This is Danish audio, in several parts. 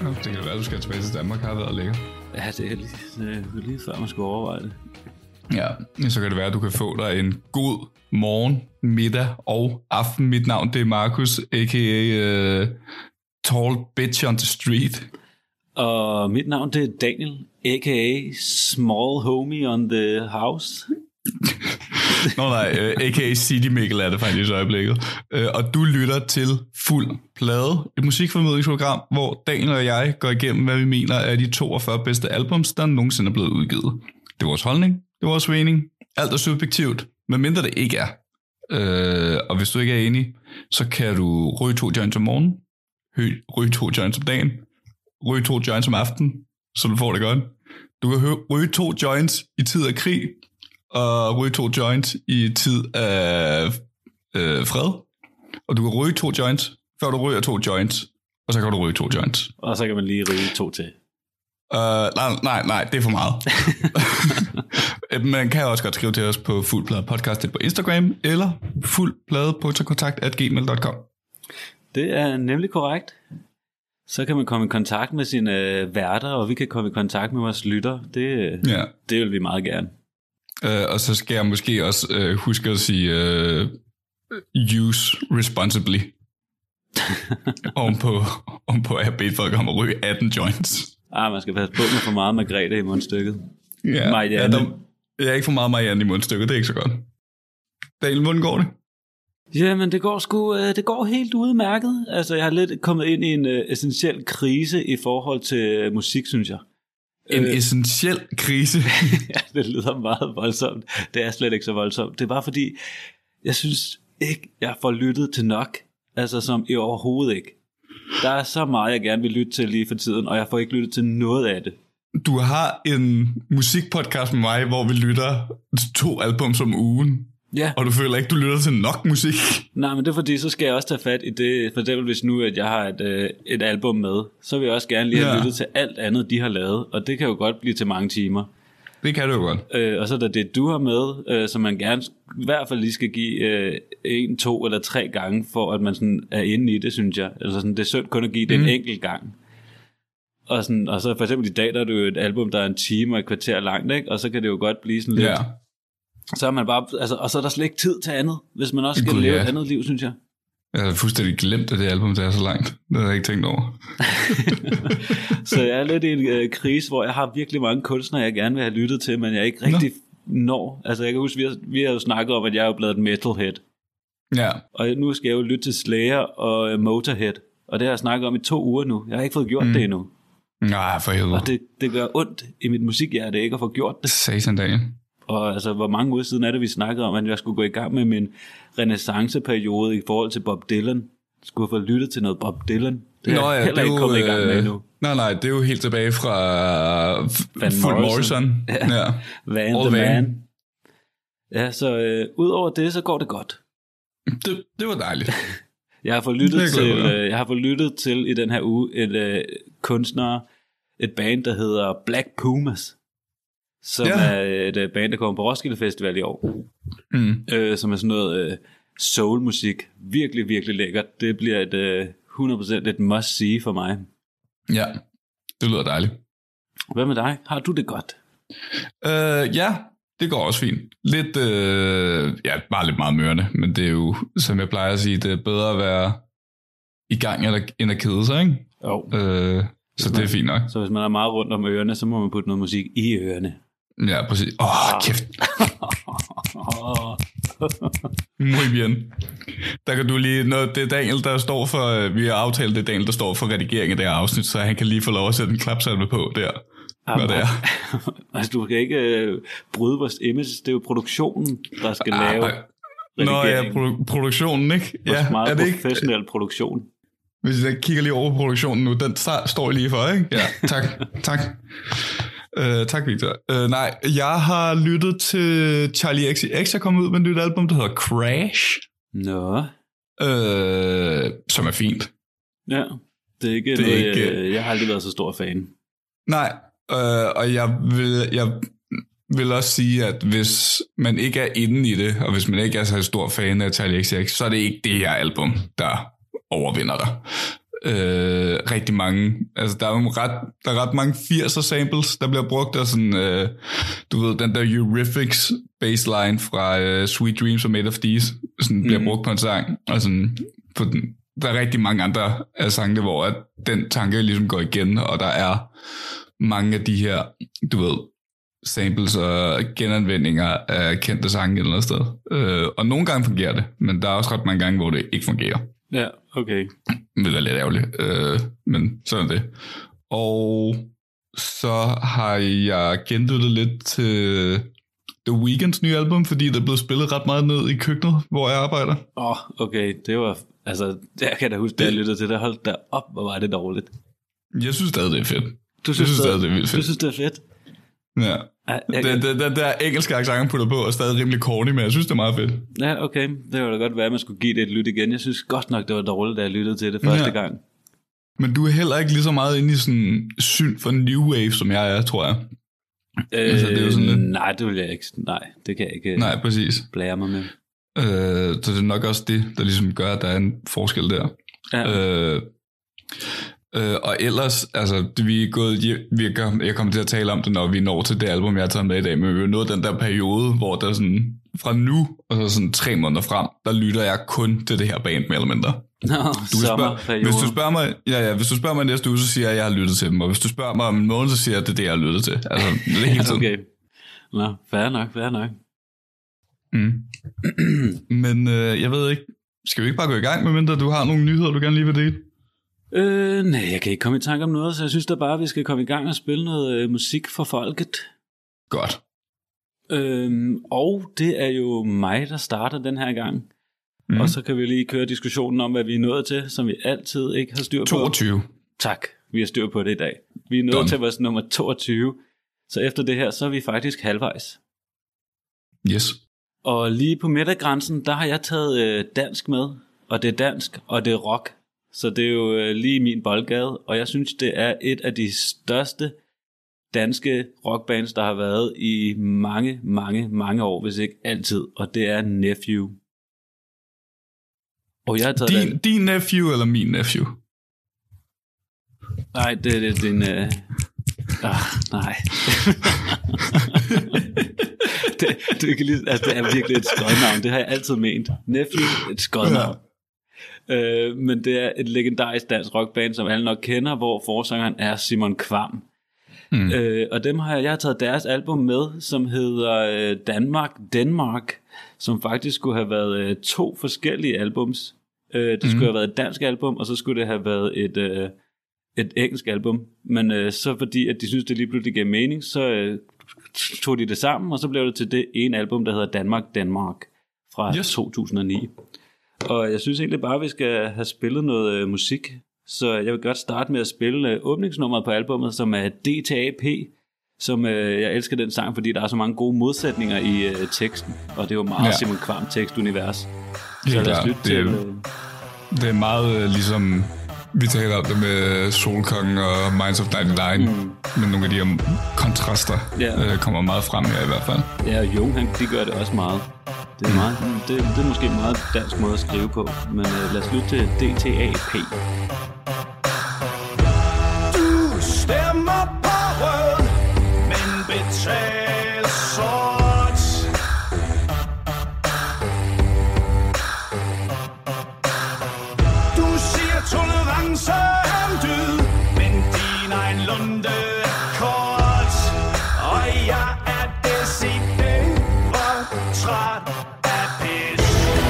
Det kan være, du skal tilbage til Danmark, har været lækker. Ja, det er lige før man skal overveje det. Ja, så kan det være, at du kan få dig en god morgen, middag og aften. Mit navn, det er Markus, a.k.a. Tall Bitch on the Street. Og mit navn, det er Daniel, a.k.a. Small Homie on the House. a.k.a. City Mikkel er det faktisk i øjeblikket. Og du lytter til Fuld Plade, et musikformidlingsprogram, hvor Daniel og jeg går igennem, hvad vi mener er de 42 bedste albums, der nogensinde er blevet udgivet. Det er vores holdning, det er vores mening. Alt er subjektivt, medmindre det ikke er. Og hvis du ikke er enig, så kan du ryge 2 joints om morgenen, ryge 2 joints om dagen, ryge 2 joints om aftenen, så du får det godt. Du kan ryge 2 joints i tid af krig, og ryge 2 joints i tid af fred. Og du kan ryge 2 joints, før du ryger 2 joints, og så kan du ryge 2 joints. Og så kan man lige ryge 2 til. Nej, det er for meget. Man kan også godt skrive til os på fuldpladepodcast på Instagram, eller fuldplade.kontakt@gmail.com. Det er nemlig korrekt. Så kan man komme i kontakt med sine værter, og vi kan komme i kontakt med vores lytter. Det vil vi meget gerne. Og så skal jeg måske også huske at sige use responsibly. om på at have bedt folk om at ryge 18 joints. Man skal passe på med for meget Margrethe i mundstykket. Ja, Marianne. Jeg er ikke for meget Marianne i mundstykket, det er ikke så godt. Daniel, hvordan går det? Jamen, det går helt udmærket. Altså, jeg har lidt kommet ind i en essentiel krise i forhold til musik, synes jeg. En essentiel krise? Ja, det lyder meget voldsomt. Det er slet ikke så voldsomt. Det er bare fordi, jeg synes ikke, jeg får lyttet til nok. Altså, som i overhovedet ikke. Der er så meget, jeg gerne vil lytte til lige for tiden, og jeg får ikke lyttet til noget af det. Du har en musikpodcast med mig, hvor vi lytter 2 albums om ugen. Ja. Og du føler ikke, du lytter til nok musik? Nej, men det er fordi, så skal jeg også tage fat i det. For eksempel hvis nu, at jeg har et album med, så vil jeg også gerne lige have lyttet til alt andet, de har lavet. Og det kan jo godt blive til mange timer. Det kan det jo godt. Og så er der det, du har med, som man gerne i hvert fald lige skal give 1, 2 eller 3 gange, for at man sådan er inde i det, synes jeg. Altså sådan, det er synd kun at give det en enkelt gang. Og så for eksempel i dag, der er det jo et album, der er 1 time og et kvarter langt, ikke? Og så kan det jo godt blive sådan lidt... Ja. Så er man bare, altså, og så er der slet ikke tid til andet, hvis man også skal leve et andet liv, synes jeg. Jeg har fuldstændig glemt, at det album der er så langt. Det har jeg ikke tænkt over. Så jeg er lidt i en krise, hvor jeg har virkelig mange kunstnere, jeg gerne vil have lyttet til, men jeg ikke rigtig når. Altså jeg kan huske, vi har jo snakket om, at jeg er jo blevet et metalhead. Ja. Og nu skal jeg jo lytte til Slayer og Motorhead. Og det har jeg snakket om i 2 uger nu. Jeg har ikke fået gjort det endnu. Nej, for helvede. Og det gør ondt i mit musikhjerte ikke at få gjort det. Satan dag. Og altså, hvor mange uger siden er det, vi snakkede om, at jeg skulle gå i gang med min renaissanceperiode i forhold til Bob Dylan. Skulle have fået lyttet til noget Bob Dylan. Det er jeg heller ikke kommet i gang med endnu. Nej, det er jo helt tilbage fra Van Morrison. Ja. Van the Man. Ja, så udover det, så går det godt. Det var dejligt. Jeg har fået lyttet til i den her uge et band, der hedder Black Pumas. Som er et band, der kommer på Roskilde Festival i år. Som er sådan noget soulmusik. Virkelig, virkelig lækkert. Det bliver et 100% et must-see for mig. Ja, det lyder dejligt. Hvad med dig? Har du det godt? Ja, det går også fint. Lidt, bare lidt meget mørende. Men det er jo, som jeg plejer at sige, det er bedre at være i gang, end at kede sig, ikke? Jo. Så det er fint nok. Så hvis man er meget rundt om ørerne, så må man putte noget musik i ørerne. Ja, præcis. Kæft. Muy bien. Der kan du lige... Det er Daniel, der står for... Vi har aftalt, det er Daniel, der står for redigering af det her afsnit, så han kan lige få lov at sætte en klapsalve på der. Når det er. Altså, du kan ikke bryde vores image. Det er jo produktionen, der skal lave redigering. Nå ja, produktionen, ikke? Vores meget professionel produktion. Hvis jeg kigger lige over på produktionen nu, den står lige for, ikke? Ja, tak. Tak, Victor. Nej, jeg har lyttet til Charlie XCX, er kommet ud med et nyt album, der hedder Crash. Nå. Som er fint. Ja, det er ikke noget, jeg har aldrig været så stor fan. Nej, og jeg vil også sige, at hvis man ikke er inde i det, og hvis man ikke er så stor fan af Charlie XCX, så er det ikke det her album, der overvinder dig. rigtig mange, altså der er ret mange 80'er samples, der bliver brugt af sådan, du ved, den der Eurythmics bassline fra Sweet Dreams of Made of These, sådan bliver brugt på en sang, og sådan, der er rigtig mange andre af sangene, hvor at den tanke ligesom går igen, og der er mange af de her, du ved, samples og genanvendinger af kendte sange et eller andet sted. Og nogle gange fungerer det, men der er også ret mange gange, hvor det ikke fungerer. Ja, okay. Det er lidt ærgerligt, men sådan er det. Og så har jeg genlyttet lidt til The Weeknds nye album, fordi det er blevet spillet ret meget ned i køkkenet, hvor jeg arbejder. Okay, det var, altså, jeg kan da huske, da jeg lyttede til det, holdt der op, hvor var det dårligt. Jeg synes stadig, det er fedt. Du synes stadig, det er vildt fedt. Du synes, det er fedt? Ja. Den der engelske accent, han putter på, er stadig rimelig corny, men jeg synes, det er meget fedt. Ja, okay. Det var da godt være, at man skulle give det et lyt igen. Jeg synes godt nok, det var dårligt, da jeg lyttede til det første gang. Men du er heller ikke lige så meget inde i sådan syn for New Wave, som jeg er, tror jeg. Altså, det er sådan lidt... Nej, det vil jeg ikke. Nej, det kan jeg ikke. Nej, præcis. Blære mig med. Så det er nok også det, der ligesom gør, at der er en forskel der. Ja. Og ellers, altså, jeg kommer til at tale om det, når vi når til det album, jeg har taget med i dag, men vi er nået den der periode, hvor der sådan, fra nu, og så sådan 3 måneder frem, der lytter jeg kun til det her band, mere eller mindre. Hvis du spørger mig næste uge, så siger jeg, at jeg har lyttet til dem, og hvis du spørger mig om en måned, så siger jeg, at det er det, jeg har lyttet til. Altså, det er hele tiden. Okay. Nå, fair nok. Men jeg ved ikke, skal vi ikke bare gå i gang, medmindre du har nogle nyheder, du gerne lige vil dele? Nej, jeg kan ikke komme i tanke om noget, så jeg synes da bare, at vi skal komme i gang og spille noget musik for folket. Godt. Og det er jo mig, der starter den her gang. Og så kan vi lige køre diskussionen om, hvad vi er nået til, som vi altid ikke har styr på. 22. Tak, vi har styr på det i dag. Vi er nået til vores nummer 22. Så efter det her, så er vi faktisk halvvejs. Yes. Og lige på midtergrænsen, der har jeg taget dansk med. Og det er dansk, og det er rock. Så det er jo lige min boldgade, og jeg synes, det er et af de største danske rockbands, der har været i mange år, hvis ikke altid, og det er Nephew. Og jeg har taget din nephew eller min nephew? Nej, det er din... nej. det kan lige, altså, det er virkelig et skodnavn, det har jeg altid ment. Nephew, et skodnavn. Men det er et legendarisk dansk rockband, som alle nok kender, hvor forsangeren er Simon Kvam. Og dem jeg har taget deres album med, som hedder Denmark, som faktisk skulle have været 2 forskellige albums. Det skulle have været et dansk album, og så skulle det have været et engelsk album. Men så fordi at de synes det lige pludselig gav mening, så tog de det sammen, og så blev det til det ene album, der hedder Denmark fra 2009. Og jeg synes egentlig bare, at vi skal have spillet noget musik. Så jeg vil godt starte med at spille åbningsnummeret på albummet, som er DTAP. Som jeg elsker den sang, fordi der er så mange gode modsætninger i teksten. Og det er jo meget Simon Kvam tekstunivers. Så lad os lytte til... Det er meget ligesom... Vi taler om det med Solkongen og Minds of 99, men nogle af de her kontraster kommer meget frem her i hvert fald. Ja, og Jung, de gør det også meget. Det er, meget, det er måske en meget dansk måde at skrive på, men lad os lytte til DTAP. Du stemmer på rød, men betaler sort. Du siger tolerance om død, men din egen lunde er kort. Og jeg er decideret træt af pis.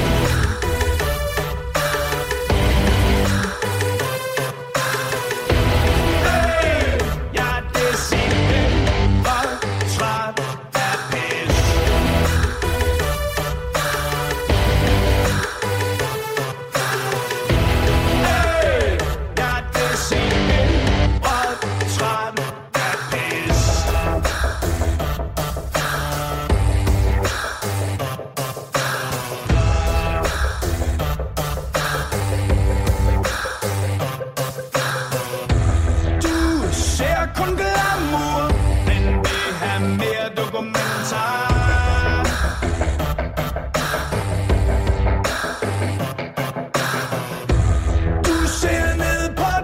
Hey, jeg er decideret træt af pis. Hey, jeg er decideret træt af pis. Du ser kun glamour, men vil have mere dokumentar. Du ser ned på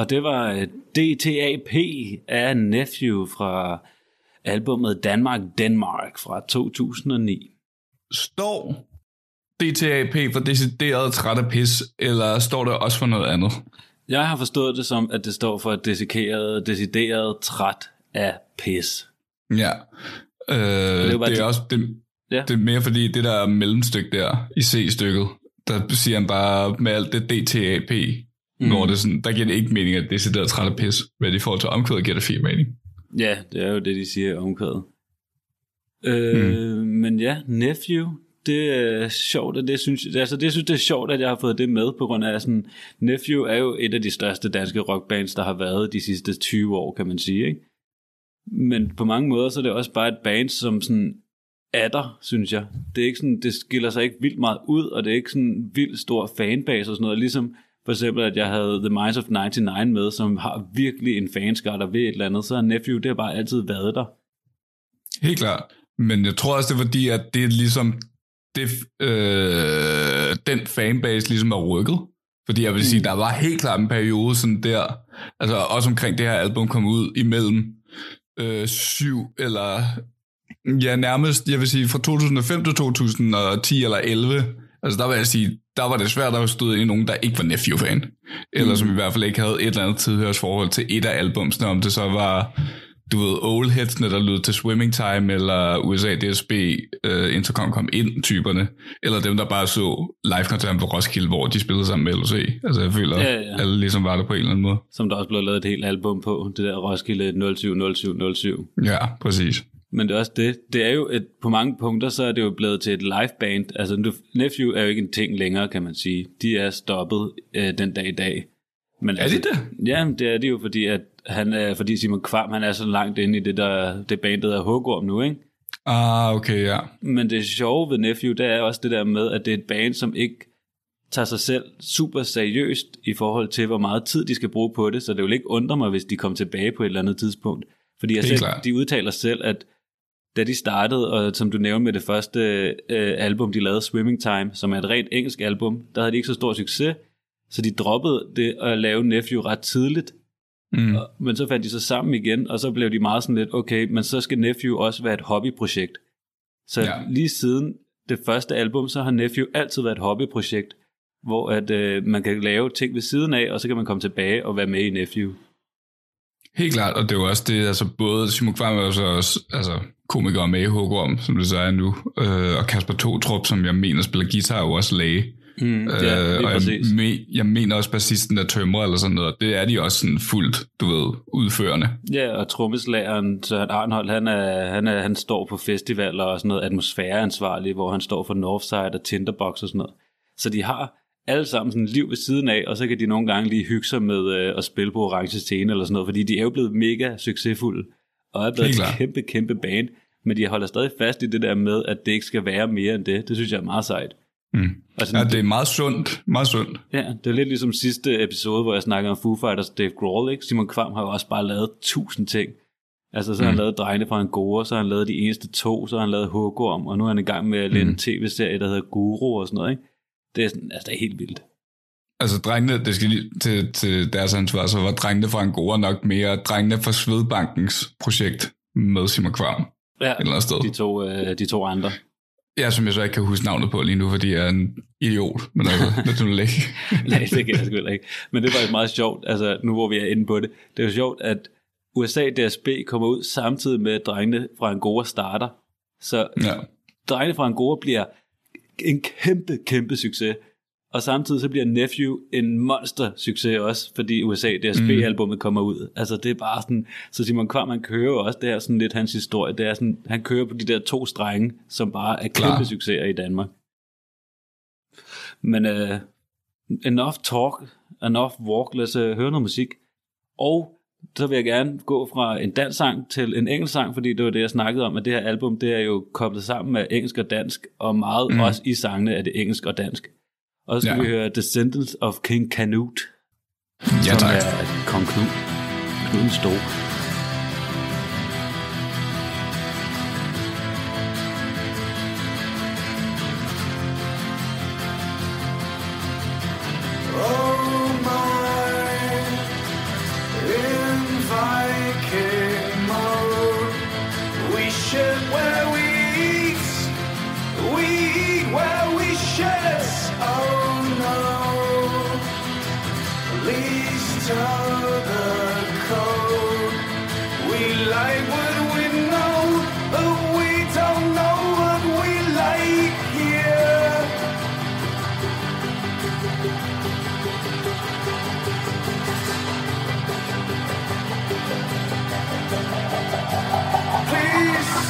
Og det var DTAP af Nephew fra albumet Denmark fra 2009. Står DTAP for decideret træt af pis, eller står det også for noget andet? Jeg har forstået det som, at det står for decideret træt af pis. Ja. Det er også det er mere fordi det der mellemstykke der i C-stykket, der siger han bare med alt det DTAP, hvor det sådan, der giver det ikke mening, at det er decideret træt af pis, men i forhold til omkvædet giver det fin mening. Ja, det er jo det, de siger omkvædet. Men ja, Nephew, det er sjovt, og det synes jeg det er sjovt, at jeg har fået det med, på grund af sådan, Nephew er jo et af de største danske rockbands, der har været de sidste 20 år, kan man sige, ikke? Men på mange måder, så er det også bare et band, som sådan der, synes jeg. Det er ikke sådan, det skiller sig ikke vildt meget ud, og det er ikke sådan en vildt stor fanbase og sådan noget, ligesom for eksempel, at jeg havde The Minds of 99 med, som har virkelig en fanskare, der ved et eller andet, så er Nephew, det har bare altid været der. Helt klart. Men jeg tror også, det er fordi, at det er ligesom den fanbase ligesom er rykket. Fordi jeg vil sige, der var helt klart en periode sådan der, altså også omkring det her album kom ud imellem 7 eller ja nærmest, jeg vil sige fra 2005 til 2010 eller 11. Altså der vil jeg sige, der var det svært at støde ind i nogen, der ikke var Nephew-fan. Eller som i hvert fald ikke havde et eller andet tilhørsforhold til et af albumsene, om det så var, du ved, old hitsene, der lød til Swimming Time, eller USA DSB, Intercom kom ind-typerne, eller dem, der bare så live-koncerten på Roskilde, hvor de spillede sammen med LOC. Altså jeg føler, alle ligesom var der på en eller anden måde. Som der også blev lavet et helt album på, det der Roskilde 070707. Ja, præcis. Men det er også det er jo på mange punkter, så er det jo blevet til et liveband. Altså Nephew er jo ikke en ting længere, kan man sige. De er stoppet den dag i dag. Men er det? Ja, det er det jo, fordi Simon Kvam, han er så langt inde i det bandet af Hugorm nu, ikke? Okay, ja. Men det sjove ved Nephew, det er også det der med, at det er et band, som ikke tager sig selv super seriøst i forhold til, hvor meget tid de skal bruge på det, så det vil ikke undre mig, hvis de kommer tilbage på et eller andet tidspunkt. Fordi de udtaler selv, at da de startede, og som du nævnte med det første album, de lavede, Swimming Time, som er et rent engelsk album, der havde de ikke så stor succes, så de droppede det at lave Nephew ret tidligt. Men så fandt de sig sammen igen, og så blev de meget sådan lidt, okay, men så skal Nephew også være et hobbyprojekt. Så lige siden det første album, så har Nephew altid været et hobbyprojekt, hvor at man kan lave ting ved siden af, og så kan man komme tilbage og være med i Nephew. Helt klart, og det er jo også det, altså både Simon Kvam er jo så også, altså komikere med i Hugorm, som det så er nu, og Kasper Totrup, som jeg mener spiller guitar, er jo også læge. Og jeg mener også bassisten der tømrer eller sådan noget, det er de også sådan fuldt, du ved, udførende. Ja, og trommeslageren Søren Arnhold, han står på festivaler og sådan noget atmosfæreansvarlig, hvor han står for Northside og Tinderbox og sådan noget. Så de har alle sammen sådan liv ved siden af, og så kan de nogle gange lige hygge sig med at spille på Orange Scene eller sådan noget, fordi de er jo blevet mega succesfulde, og er blevet et kæmpe band, men de holder stadig fast i det der med, at det ikke skal være mere end det. Det synes jeg er meget sejt. Ja, det er meget sundt. Ja, det er lidt ligesom sidste episode, hvor jeg snakkede om Foo Fighters Dave Grohl, ikke? Simon Kvam har jo også bare lavet 1000 ting. Altså så har han lavet Drengene fra Angora, så har han lavet De Eneste To, så har han lavet Hugorm, og nu er han i gang med at lave en tv-serie, der hedder Guru og sådan noget, ikke? Det er sådan, altså det er helt vildt. Altså drengene, det skal lige til deres ansvar, så var Drengene fra Angora nok mere Drengene fra Svedbankens projekt med Simon Kvam. Ja, de to andre. Ja, som jeg så ikke kan huske navnet på lige nu, fordi jeg er en idiot, men altså, naturligt ikke. Nej, det kan jeg sgu ikke. Men det var faktisk meget sjovt, altså nu hvor vi er inde på det. Det er jo sjovt, at USA DSB kommer ud samtidig med, at Drengene fra Angora starter. Så Drengene fra Angora bliver en kæmpe succes. Og samtidig så bliver Nephew en monster succes også, fordi USA DSB-albummet kommer ud. Altså det er bare sådan, så Simon Kvam, han kører også, det er sådan lidt hans historie, det er sådan, han kører på de der 2 strenge, som bare er kæmpe succeser i Danmark. Men enough talk, enough walk, lad os høre noget musik. Og så vil jeg gerne gå fra en dansk sang til en engelsk sang, fordi det var det, jeg snakkede om, at det her album, det er jo koblet sammen med engelsk og dansk, og meget også i sangene er det engelsk og dansk. Og så skal vi høre Descendants of King Canute, som er Kong Knud. Knud den Store.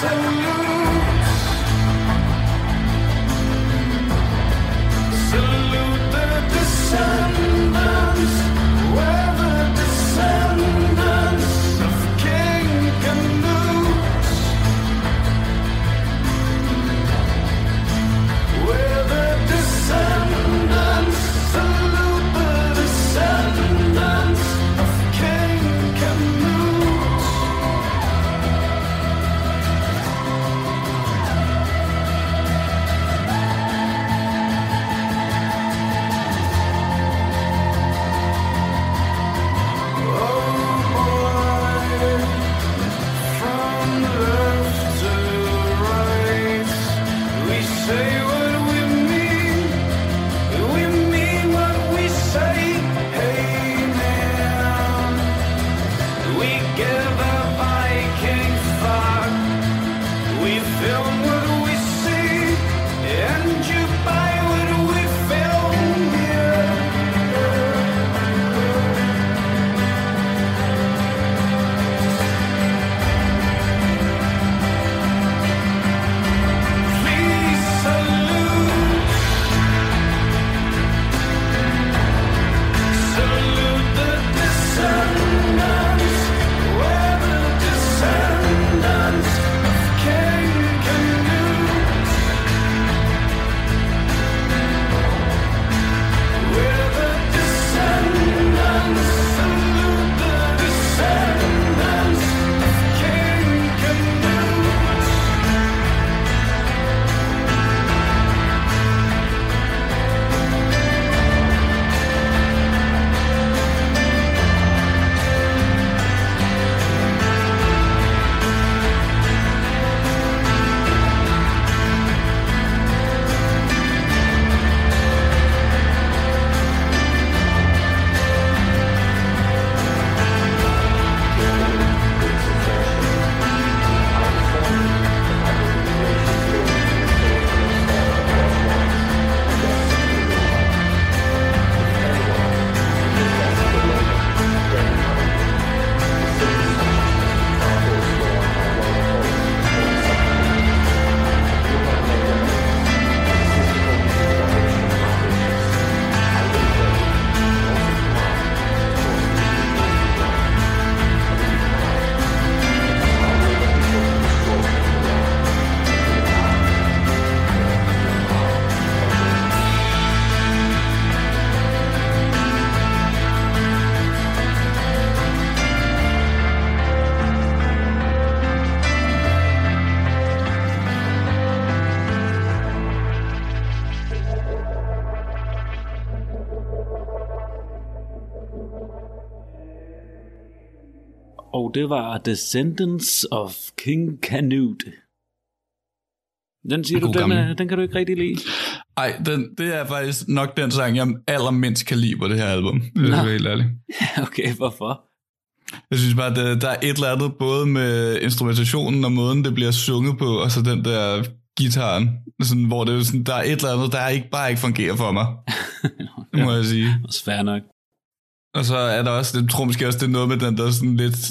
Og det var Descendants of King Canute. Den siger du, den kan du ikke rigtig lide? Ej, det er faktisk nok den sang, jeg allermindst kan lide på det her album. Det er helt ærligt. Okay, hvorfor? Jeg synes bare, der er et eller andet, både med instrumentationen og måden, det bliver sunget på, og så den der gitaren, sådan, hvor det er sådan, der er et eller andet, der bare ikke fungerer for mig. Det må jeg sige. Fair nok. Og så er der også, jeg tror måske også, det er noget med den der sådan lidt,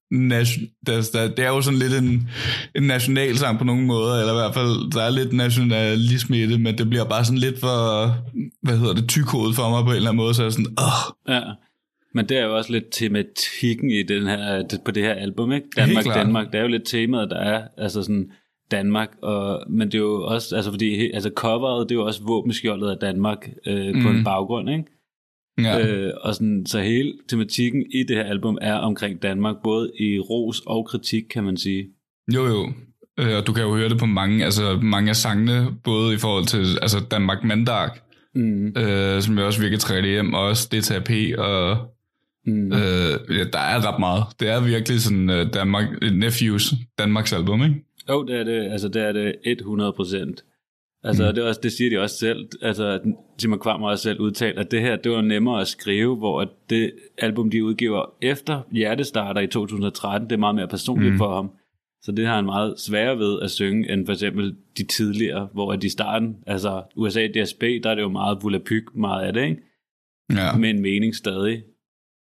det er jo sådan lidt en nationalsang på nogle måder, eller i hvert fald, der er lidt nationalisme i det, men det bliver bare sådan lidt for, tykhovedet for mig på en eller anden måde, så er jeg sådan, Ja, men det er jo også lidt tematikken i den her, på det her album, ikke? Danmark, det er jo lidt temaet, der er, altså sådan Danmark, men det er jo også, altså fordi, altså coveret, det er jo også våbenskjoldet af Danmark på en baggrund, ikke? Ja. Og sådan, så hele tematikken i det her album er omkring Danmark, både i ros og kritik, kan man sige. Jo. Og du kan jo høre det på mange af sangene, både i forhold til altså Danmark Mandag, som jeg også virkelig træder hjem, og også DTAP, og der er ret meget. Det er virkelig sådan Nephews Danmarks album, ikke? Jo, det er det. Altså, det er det 100%. Altså, det siger de også selv. Altså, Simon Kvam har også selv udtalt, at det her, det var nemmere at skrive, hvor det album, de udgiver efter Hjertestarter i 2013, det er meget mere personligt for ham. Så det har han meget sværere ved at synge, end for eksempel de tidligere, hvor de starten, altså USA DSB, der er det jo meget volapyk, meget af det, ikke? Ja. Med en mening stadig.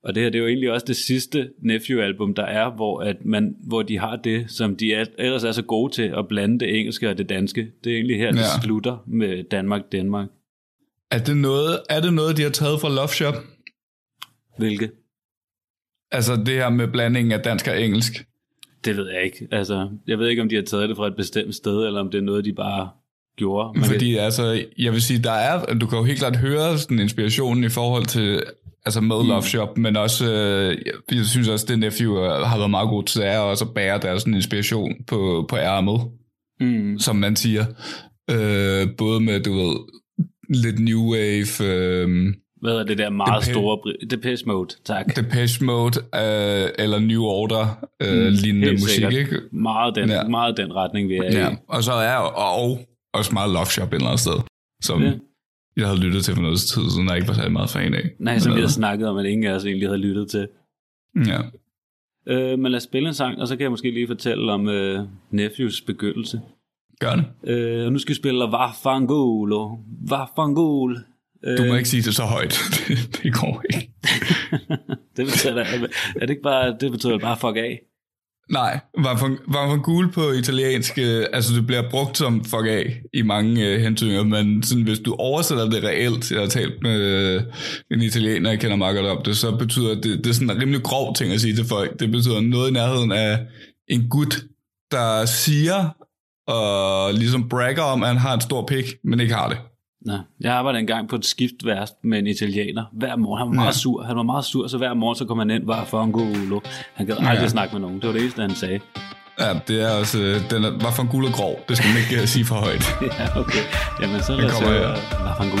Og det her, det er jo egentlig også det sidste Nephew-album, der er, hvor de har det, som de ellers er så gode til, at blande det engelske og det danske. Det er egentlig her, det slutter med Danmark. Er det noget, de har taget fra Love Shop? Hvilke? Altså det her med blandingen af dansk og engelsk? Det ved jeg ikke. Altså, jeg ved ikke, om de har taget det fra et bestemt sted, eller om det er noget, de bare gjorde. Fordi altså, jeg vil sige, du kan jo helt klart høre sådan inspirationen i forhold til altså med Love Shop, men også, jeg synes også, det Nephew har været meget god til, er også at bære deres sådan inspiration på ærmet, som man siger. Både med, du ved, lidt new wave... hvad er det der meget store... Depeche Mode, tak. Depeche Mode, eller New Order, lignende musik, sikkert. Ikke? Meget den retning, vi er i. Og så er og også meget Love Shop et eller andet sted, som jeg havde lyttet til for noget tid siden, jeg ikke var særlig meget fan af. Nej, som vi havde snakket om, at ingen af os egentlig havde lyttet til. Ja. Men lad os spille en sang, og så kan jeg måske lige fortælle om Nephews begyndelse. Gør det. Og nu skal vi spille Vaffangulo. Vaffangulo. Du må ikke sige det så højt. Det går ikke. Det betyder bare fuck af. Nej, Vaffangulo på italiensk, altså det bliver brugt som fuck af i mange hentydninger, men sådan, hvis du oversætter det reelt, jeg har talt med en italiener, jeg kender meget godt om det, så betyder det er sådan en rimelig grov ting at sige til folk. Det betyder noget i nærheden af en gut, der siger og ligesom bragger om, at han har en stor pik, men ikke har det. Nå, jeg arbejdede engang på et skiftværst med en italiener. Hver morgen, han var meget sur, så hver morgen så kom han ind, Vaffangulo. Han gad aldrig snakke med nogen. Det var det eneste, han sagde. Ja, det er også, Vaffangulo grov. Det skal man ikke sige for højt. Ja, okay. Jamen, så lad os høre Vaffangulo.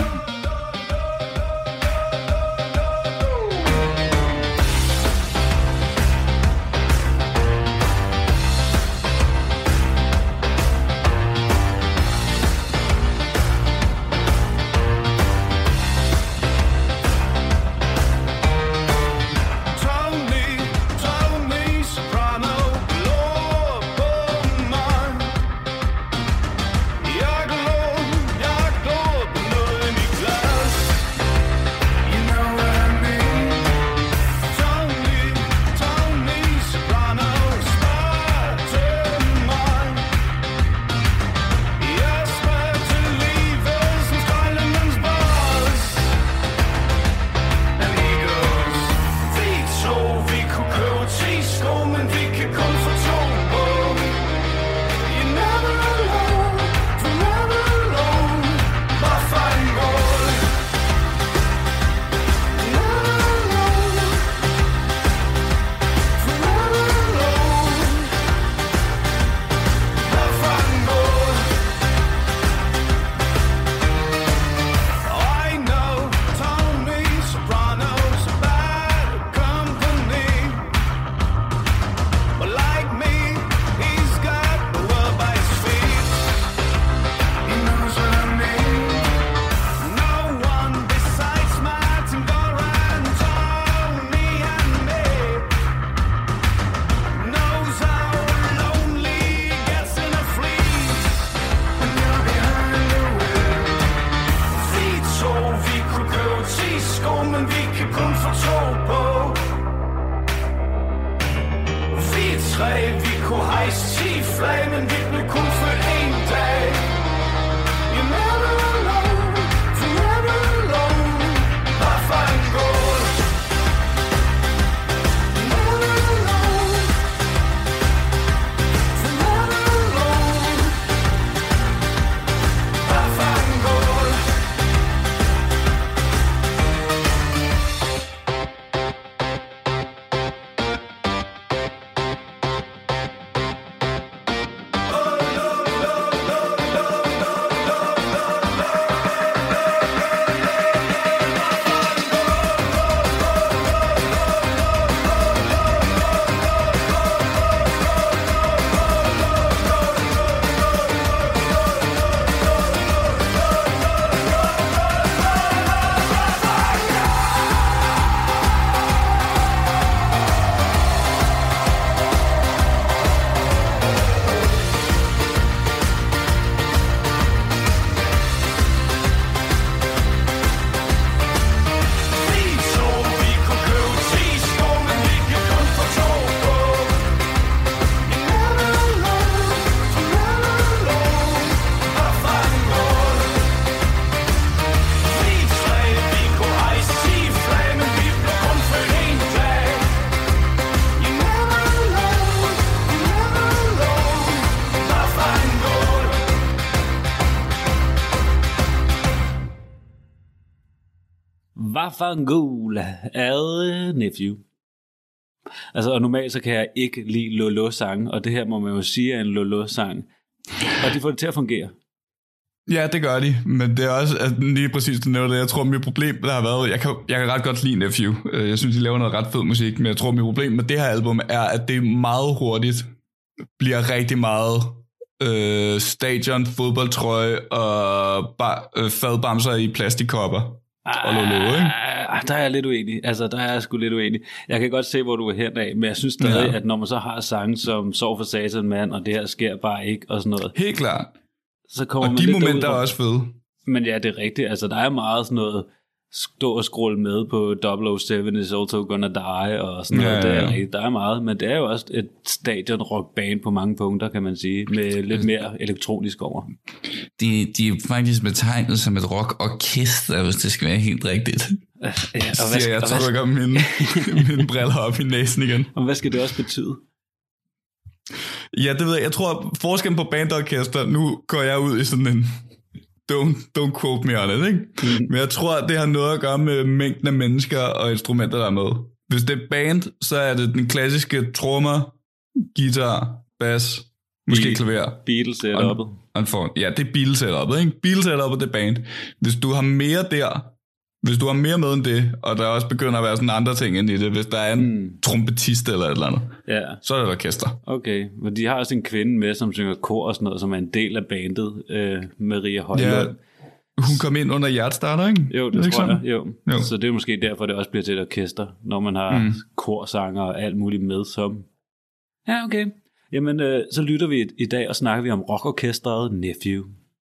Fafangula ad Nephew. Altså, og normalt så kan jeg ikke lide Lolo-sange, og det her må man jo sige er en Lolo-sang. Og de får det til at fungere. Ja, det gør de, men det er også lige præcis det nævnte. Jeg tror, mit problem, der har været, jeg kan ret godt lide Nephew. Jeg synes, de laver noget ret fed musik, men jeg tror, mit problem med det her album er, at det meget hurtigt bliver rigtig meget stadion, fodboldtrøje og fadbamser i plastikkopper. Og Lolo, ikke? Der er jeg lidt uenig. Altså, der er jeg sgu lidt uenig. Jeg kan godt se, hvor du er hen af, men jeg synes stadig, at når man så har sange som Sov for Satan, mand, og det her sker bare ikke, og sådan noget. Helt klart. Så kommer og man de lidt momenter er også fede. Men ja, det er rigtigt. Altså, der er meget sådan noget stå og scrolle med på 007 is also gonna die og sådan noget. Ja. Der er meget, men det er jo også et stadion rockband på mange punkter, kan man sige, med lidt mere elektronisk over. De er faktisk betegnet som et rockorkester, hvis det skal være helt rigtigt. Jeg trykker mine briller op i næsen igen. Og hvad skal det også betyde? Ja, det ved jeg. Jeg tror, forskellen på band og orkester, nu går jeg ud i sådan en don't quote me on it, ikke? Men jeg tror, det har noget at gøre med mængden af mennesker og instrumenter, der er med. Hvis det er band, så er det den klassiske trommer, guitar, bass, måske klaver. Beatles-setup'et. Ja, det er Beatles-setup'et, ikke? Beatles-setup'et, det er band. Hvis du har mere der, hvis du har mere med end det, og der også begynder at være sådan andre ting ind i det, hvis der er en trompetist eller et eller andet, så er det et orkester. Okay, men de har også en kvinde med, som synger kor og sådan noget, som er en del af bandet, Maria Højlund. Ja, hun kom ind under Hjertstarter, ikke? Jo, det tror jeg. Jo. Så det er måske derfor, det også bliver til et orkester, når man har korsanger og alt muligt med som... Ja, okay. Jamen, så lytter vi i dag og snakker vi om rockorkestret Nephew.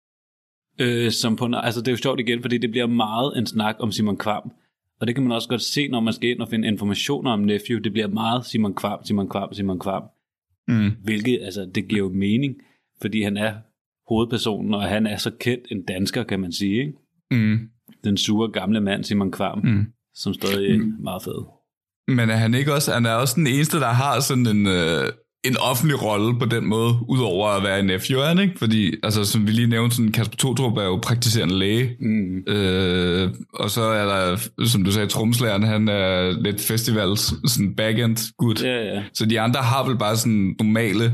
Altså det er jo sjovt igen, fordi det bliver meget en snak om Simon Kvam, og det kan man også godt se, når man skal ind og finde informationer om Nephew. Det bliver meget Simon Kvam. Hvilket, altså det giver jo mening, fordi han er hovedpersonen, og han er så kendt en dansker, kan man sige, ikke? Den sure gamle mand Simon Kvam, som stadig er meget fed. Men er han ikke også, han er også den eneste, der har sådan en offentlig rolle på den måde, udover at være en nephew, ikke? Fordi, altså, som vi lige nævnte, sådan Kasper Totrup er jo praktiserende læge. Og så er der, som du sagde, tromslæreren, han er lidt festivals, sådan backend gut. Ja. Så de andre har vel bare sådan normale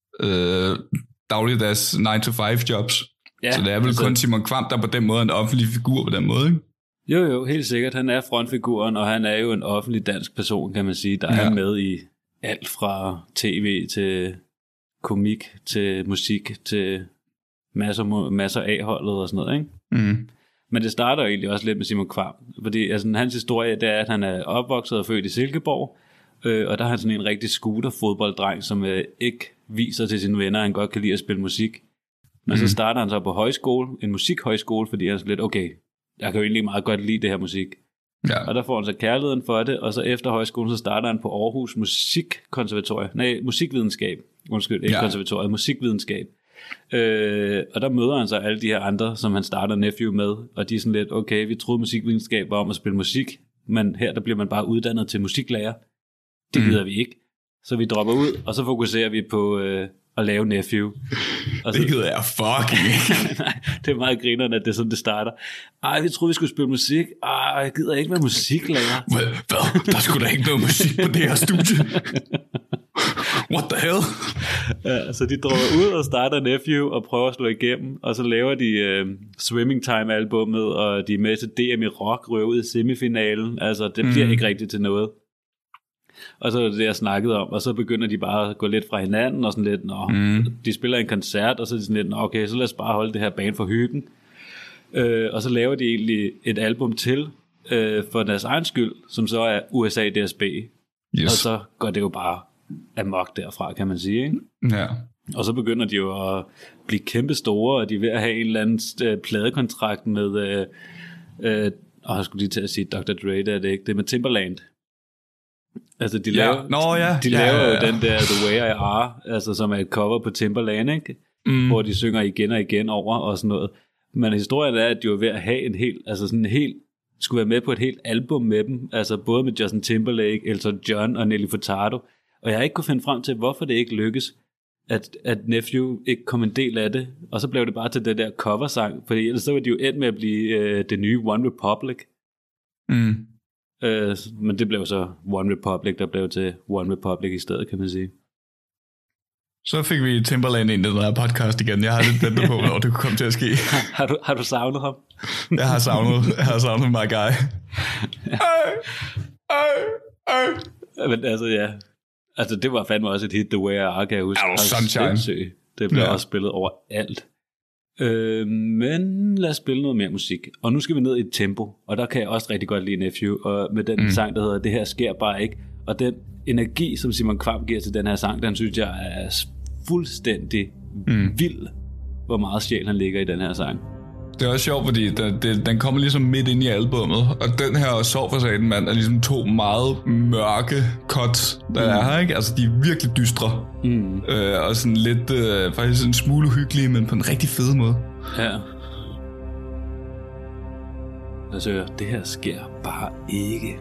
dagligdags 9-to-5 jobs. Ja, så det er vel kun Simon Kvam, der på den måde er en offentlig figur på den måde, ikke? Jo, helt sikkert. Han er frontfiguren, og han er jo en offentlig dansk person, kan man sige, der er med i alt fra tv til komik til musik til masser af holdet og sådan noget, ikke? Men det starter jo egentlig også lidt med Simon Kvam, fordi altså, hans historie, det er, at han er opvokset og født i Silkeborg, og der er han sådan en rigtig scooter-fodbolddreng, som ikke viser til sine venner, at han godt kan lide at spille musik. Men så starter han så på højskole, en musikhøjskole, fordi han er lidt, okay, jeg kan jo egentlig meget godt lide det her musik. Ja. Og der får han så kærligheden for det, og så efter højskolen, så starter han på Aarhus musikvidenskab. Konservatoriet, musikvidenskab. Og der møder han så alle de her andre, som han starter Nephew med, og de er sådan lidt, okay, vi troede musikvidenskab var om at spille musik, men her der bliver man bare uddannet til musiklærer. Det gider vi ikke. Så vi dropper ud, og så fokuserer vi på at lave Nephew. Og så, det gider jeg fucking ikke. Nej, det er meget grinerne, at det er sådan, det starter. Vi troede, vi skulle spille musik. Jeg gider ikke være musiklærer. Hvad? Der skulle da ikke noget musik på det her studie. What the hell? Ja, så de dropper ud og starter Nephew og prøver at slå igennem, og så laver de Swimming Time albummet, og de er med til DM i rock, røver ud i semifinalen. Altså, det bliver ikke rigtigt til noget. Og så er det jeg snakkede om, og så begynder de bare at gå lidt fra hinanden, og sådan lidt, de spiller en koncert, og så er de sådan lidt, okay, så lad os bare holde det her band for hyggen. Og så laver de egentlig et album til, for deres egen skyld, som så er USA DSB. Yes. Og så går det jo bare amok derfra, kan man sige, ikke? Ja. Og så begynder de jo at blive kæmpe store, og de er ved at have en eller anden pladekontrakt med, jeg skulle lige til at sige Dr. Dre, det er det ikke, det er med Timbaland. Altså de laver jo den der The Way I Are, altså som er et cover på Timbaland, ikke? Hvor de synger igen og igen over og sådan noget. Men historien er, at de var ved at have skulle være med på et helt album med dem, altså både med Justin Timberlake, Elton John og Nelly Furtado. Og jeg har ikke kunne finde frem til, hvorfor det ikke lykkes, at Nephew ikke kom en del af det. Og så blev det bare til det der coversang, fordi ellers så var de jo endt med at blive det nye One Republic. Men det blev så One Republic, der blev til One Republic i stedet, kan man sige. Så fik vi Timbaland ind i den her podcast igen. Jeg har lidt ventet på, hvornår det kunne komme til at ske. Har du savnet ham? Jeg har savnet my guy. Men altså, ja. Altså, det var fandme også et hit, The Way I Are, kan jeg huske. Sunshine. Det blev også spillet overalt. Men lad os spille noget mere musik. Og nu skal vi ned i et tempo. Og der kan jeg også rigtig godt lide Nephew. Og med den sang, der hedder Det her sker bare ikke. Og den energi, som Simon Kvam giver til den her sang, den synes jeg er fuldstændig vild, hvor meget sjæl han ligger i den her sang. Det er også sjovt, fordi den kommer ligesom midt ind i albummet, og den her Sov for Satan, mand, er ligesom to meget mørke cuts, der er her, ikke? Altså, de er virkelig dystre, og sådan lidt, faktisk en smule uhyggelige, men på en rigtig fed måde. Ja. Altså, det her sker bare ikke.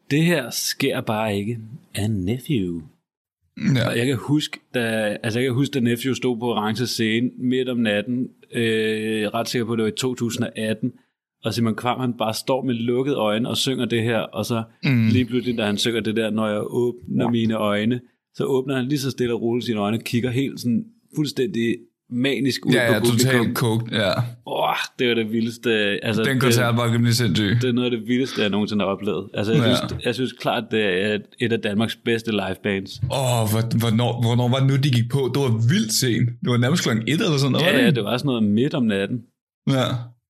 Det her sker bare ikke af Nephew. Ja. Og jeg kan huske, da Nephew stod på orange scene midt om natten, ret sikker på, det var i 2018, og Simon Kvam, han bare står med lukkede øjne og synger det her, og så lige pludselig, da han synger det der, når jeg åbner mine øjne, så åbner han lige så stille og roligt sine øjne, kigger helt sådan fuldstændig manisk ud på publikum. Totalt coke, ja. Det var det vildeste. Altså, den koncert var rimelig sindssyg. Det er noget af det vildeste, jeg nogensinde har oplevet. Altså, jeg synes klart, det er et af Danmarks bedste livebands. Hvornår var det nu, de gik på? Det var vildt sent. Det var nærmest klokken 1 eller sådan noget. Ja, det var sådan noget midt om natten. Ja.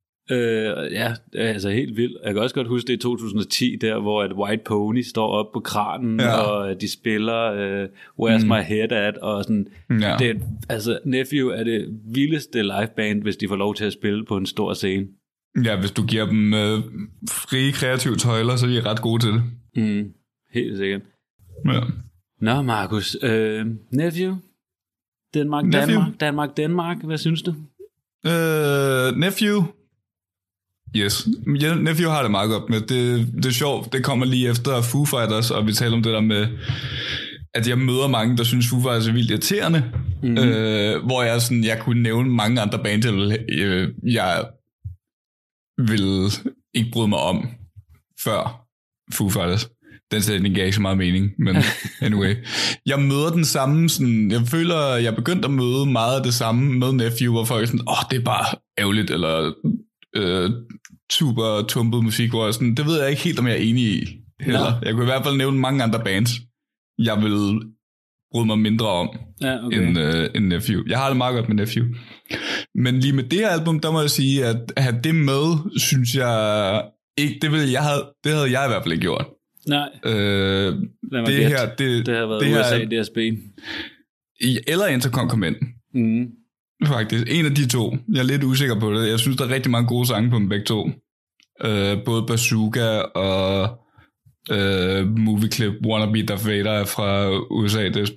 Altså helt vildt. Jeg kan også godt huske det i 2010, der hvor at White Pony står op på kranen, og de spiller Where's My Head At, og sådan. Ja. Det, altså Nephew er det vildeste liveband, hvis de får lov til at spille på en stor scene. Ja, hvis du giver dem frie kreative tøjler, så er de ret gode til det. Helt sikkert. Ja. Nå, Markus, Nephew? Danmark, hvad synes du? Nephew? Yes. Nephew har det meget godt med. Det er sjovt, det kommer lige efter Foo Fighters, og vi taler om det der med, at jeg møder mange, der synes Foo Fighters er vildt irriterende, hvor jeg kunne nævne mange andre bands, jeg vil ikke bryde mig om før Foo Fighters. Den sætning gav ikke så meget mening, men anyway. Jeg møder den samme, sådan, jeg føler, jeg er begyndt at møde meget af det samme med Nephew, hvor folk er sådan, det er bare ærgerligt, eller super tumpet musik, hvor jeg sådan, det ved jeg ikke helt, om jeg er enig i heller. Ja. Jeg kunne i hvert fald nævne mange andre bands, jeg vil bryde mig mindre om end Nephew. Jeg har det meget godt med Nephew. Men lige med det her album, der må jeg sige, at have det med, synes jeg ikke, det havde jeg i hvert fald ikke gjort. Nej. Det har været USA DSB. Eller Intercom kom ind. Faktisk. En af de to. Jeg er lidt usikker på det. Jeg synes, der er rigtig mange gode sange på dem begge to. Både Bazooka og Movie Clip Wannabe Darth Vader er fra USA DSB.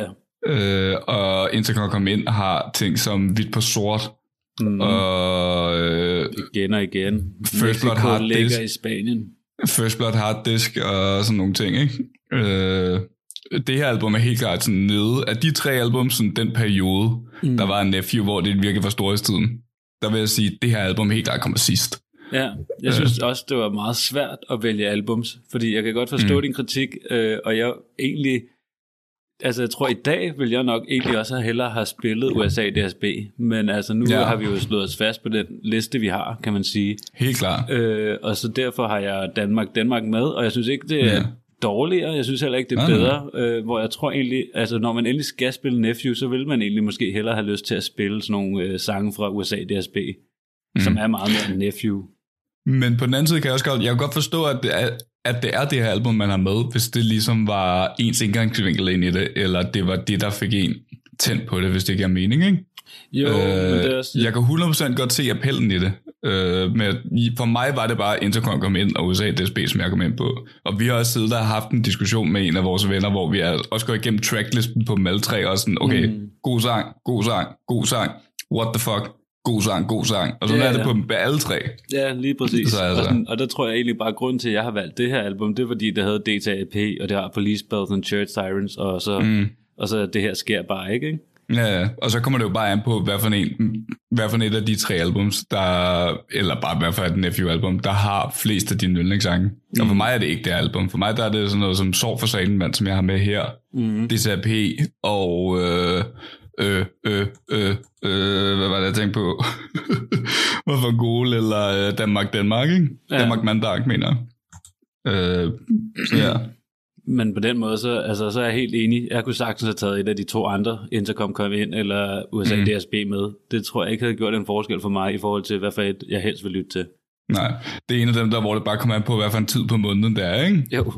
Og Intercom kom ind har ting som Hvidt på Sort. Og igen og igen. First Blood Hard ligger i Spanien. First Blood Hard Disk og sådan nogle ting, ikke? Det her album er helt klart sådan nede. Af de 3 album, sådan den periode, der var en Nephew, hvor det virkelig var storhedstiden, der vil jeg sige, at det her album helt klart kommer sidst. Ja, jeg synes også, det var meget svært at vælge albums, fordi jeg kan godt forstå din kritik, og jeg egentlig, altså jeg tror i dag vil jeg nok egentlig også hellere have spillet USA DSB, men altså nu har vi jo slået os fast på den liste, vi har, kan man sige. Helt klart. Og så derfor har jeg Danmark med, og jeg synes ikke, det er dårligere, jeg synes heller ikke, det er bedre, hvor jeg tror egentlig, altså når man endelig skal spille Nephew, så vil man egentlig måske hellere have lyst til at spille sådan nogle sange fra USA DSB, som er meget mere Nephew. Men på den anden side kan jeg kan godt forstå, at det er det her album, man har med, hvis det ligesom var ens indgangsvinkel ind i det, eller det var det, der fik en tændt på det, hvis det giver mening, ikke? Jo, men det er også... Jeg kan 100% godt se appellen i det. Men for mig var det bare Intercom kom ind, og USA DSB, som jeg kom ind på. Og vi har også siddet der og haft en diskussion med en af vores venner, hvor vi også går igennem tracklisten på dem alle 3, og sådan, okay, god sang, what the fuck, god sang. Og sådan er det på alle 3. Ja, lige præcis. Og der tror jeg egentlig bare, grunden til, at jeg har valgt det her album, det er fordi, det havde DTAP, og det har Police Bells and Church Sirens, og så det her sker bare ikke? Ja, og så kommer det jo bare an på, hvad for et af de 3 albums, eller bare hvad for et Nephew-album, der har flest af dine yndlingssange. Og for mig er det ikke det album. For mig der er det sådan noget som Sorg for Satan, som jeg har med her. DTAP og... hvad var det, jeg tænkte på? Hvorfor Gol eller Danmark, ikke? Ja. Danmark Mandag, mener jeg. Så ja. Men på den måde, så er jeg helt enig. Jeg kunne sagtens have taget et af de 2 andre, Intercom kom ind, eller USA DSB med. Det tror jeg ikke havde gjort en forskel for mig, i forhold til, hvad for et jeg helst vil lytte til. Nej, det er en af dem, der hvor det bare kommer an på, hvad for en tid på måneden det er, ikke? Jo,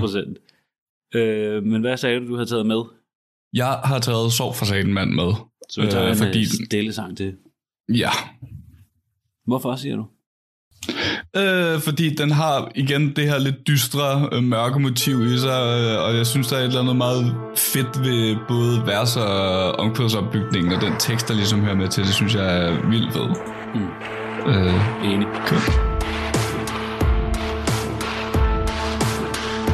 100%. Men hvad sagde du havde taget med? Jeg har taget Sorg for Satan mand med. Så vi tager en stille sang til. Ja. Hvorfor siger du? Fordi den har igen det her lidt dystre, mørke motiv i sig, og jeg synes, der er et eller andet meget fedt ved både vers og omkvædsopbygningen, og den tekst, der ligesom hører med til, det synes jeg er vildt fed. Enig. Sorg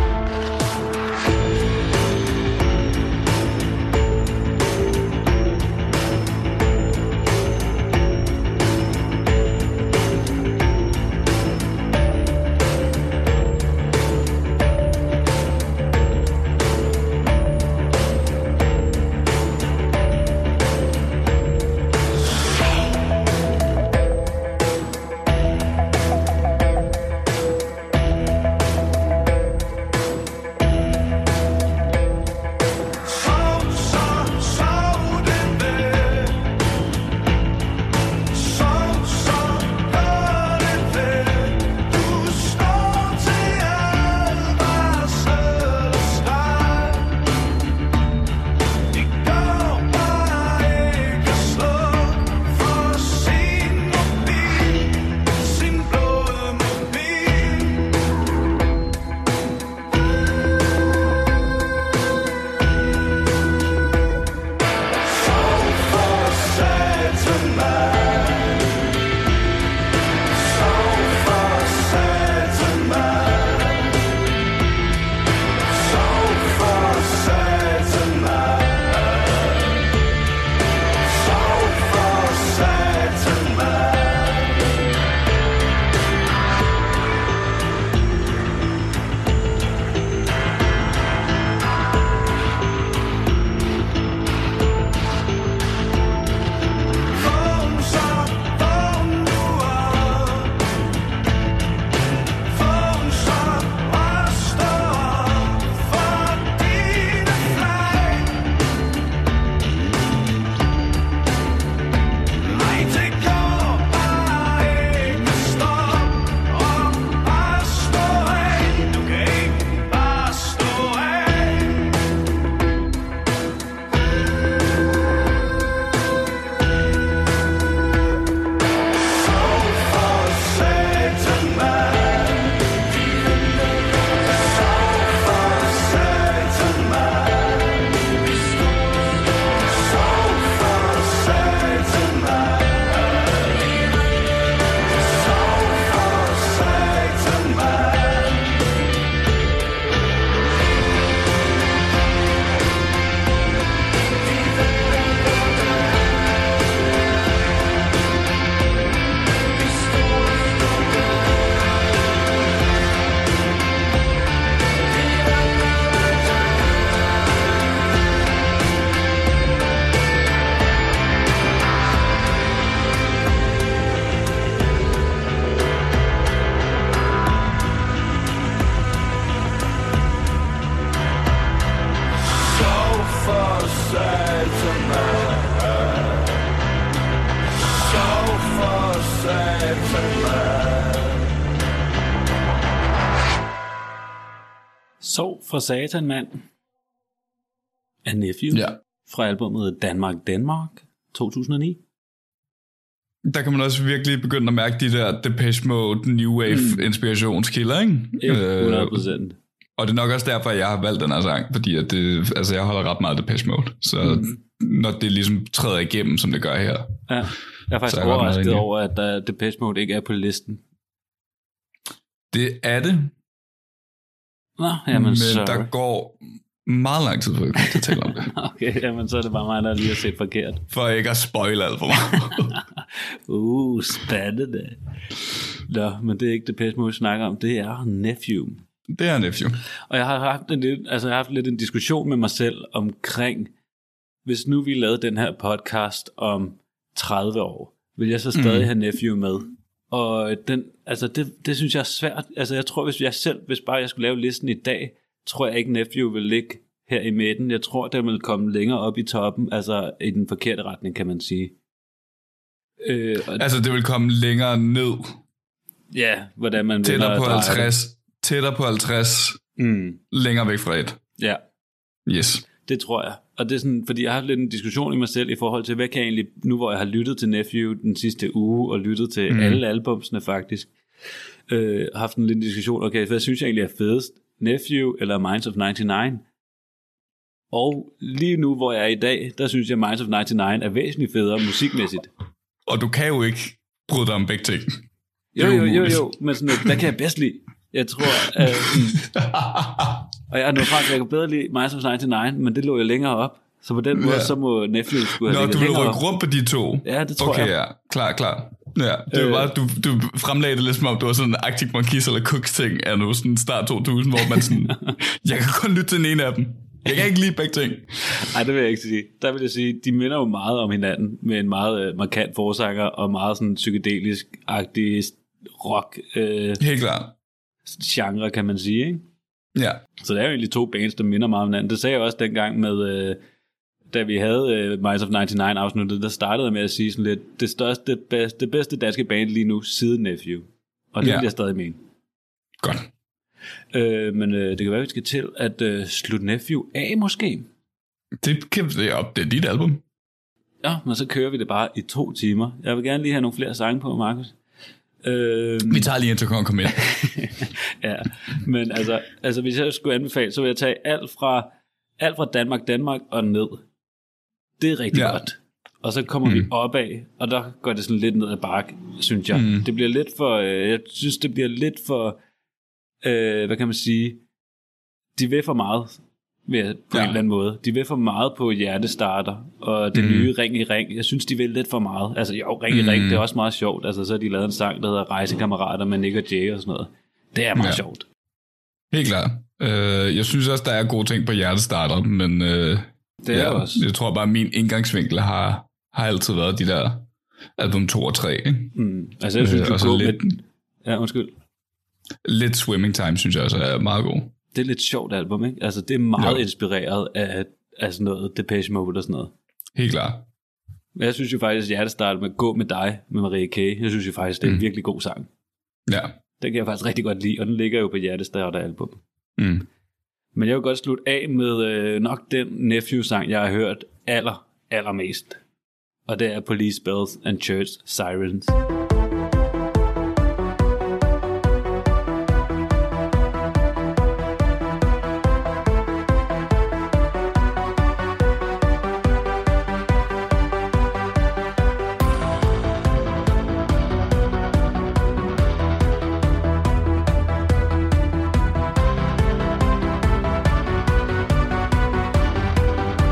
fra Satan, mand. Af Nephew. Ja. Fra albumet Danmark 2009. Der kan man også virkelig begynde at mærke de der Depeche Mode, New Wave inspirationskilder, ikke? 100%. Og det er nok også derfor, jeg har valgt den her sang, fordi at det, altså, jeg holder ret meget Depeche Mode. Så når det ligesom træder igennem, som det gør her. Ja, jeg er faktisk overrasket over, at Depeche Mode ikke er på listen. Det er det. Nå, jamen, men sorry. der går meget lang tid, før jeg kommer til at tale om det. Okay, jamen så er det bare mig, der lige har set forkert. For ikke at spoile alt for meget. Spændende. Nå, men det er ikke Depeche Mode, vi snakker om. Det er Nephew. Det er Nephew. Og jeg har haft lidt en diskussion med mig selv omkring, hvis nu vi lavede den her podcast om 30 år, vil jeg så stadig have Nephew med? Og det synes jeg er svært. Altså jeg tror, hvis bare jeg skulle lave listen i dag, tror jeg ikke Nephew vil ligge her i midten. Jeg tror, den vil komme længere op i toppen, altså i den forkerte retning, kan man sige. Altså det vil komme længere ned. Ja, hvordan man tættere på 50. Tættere på 50. Længere væk fra et. Ja. Yes. Det tror jeg. Og det er sådan, fordi jeg har haft lidt en diskussion i mig selv i forhold til, hvad kan jeg egentlig, nu hvor jeg har lyttet til Nephew den sidste uge, og lyttet til alle albumsene faktisk, haft en lille diskussion, okay, hvad synes jeg egentlig er fedest? Nephew eller Minds of 99? Og lige nu, hvor jeg er i dag, der synes jeg, Minds of 99 er væsentligt federe musikmæssigt. Og du kan jo ikke bryde dig om begge ting. Jo, men sådan, hvad kan jeg bedst lide? Jeg tror, og jeg kan bedre lide Minds of 99, men det lå jo længere op. Så på den måde, så må Nephew skulle have du vil rykke rundt på de to? Ja, det tror jeg. Okay, ja. Klar. Ja, det var bare, du fremlagde det lidt som om, det var sådan en Arctic Monkeys eller Cooks ting af nu, sådan start 2000, hvor man sådan, jeg kan kun lytte til den ene af dem. Jeg kan ikke lide begge ting. Nej, det vil jeg ikke sige. Der vil jeg sige, de minder jo meget om hinanden, med en meget markant forsanger, og meget sådan psykedelisk-agtig rock. Helt klart. Genre, kan man sige, ikke? Ja. Så det er jo egentlig to bands, der minder meget om hinanden. Det sagde jeg også dengang med, da vi havde Minds of 99 afsnittet, der startede med at sige sådan lidt, det bedste danske band lige nu, siden Nephew. Og det vil jeg stadig mene. Godt. Men det kan være, vi skal til at slutte Nephew af, måske. Det er dit album. Ja, men så kører vi det bare i 2 timer. Jeg vil gerne lige have nogle flere sange på, Markus. Vi tager lige indtil kongen kommer ind. Ja, men altså hvis jeg skulle anbefale, så vil jeg tage alt fra Danmark og ned. Det er rigtig godt. Og så kommer vi opad, og der går det sådan lidt ned ad bakke, synes jeg. Det bliver lidt for, jeg synes det bliver lidt for, hvad kan man sige, de vil for meget på en eller anden måde. De vil for meget på Hjertestarter og det nye Ring i Ring. Jeg synes, de vil lidt for meget. Altså jo, Ring i Ring, det er også meget sjovt. Altså så har de lavet en sang, der hedder Rejsekammerater med Nick og Jay og sådan noget. Det er meget sjovt. Helt klart. Jeg synes også, der er gode ting på Hjertestarter, men det er også. Jeg tror bare, min indgangsvinkel har altid været de der album 2 og 3. Ikke? Altså jeg synes, du går lidt, med... Ja, undskyld. Lidt Swimming Time, synes jeg også er meget god. Det er lidt sjovt album, ikke? Altså det er meget inspireret af sådan noget Depeche Mode og sådan noget. Helt klart. Men jeg synes jo faktisk, at Hjertestarter med Gå med dig med Marie K. Jeg synes jo faktisk, det er en virkelig god sang. Ja. Den kan jeg faktisk rigtig godt lide, og den ligger jo på Hjertestarter album. Men jeg vil godt slutte af med nok den Nephew-sang, jeg har hørt allermest. Og det er Police Bells and Church Sirens.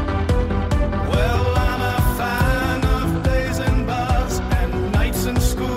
Well, I'm a fan of blazing bars and nights in school.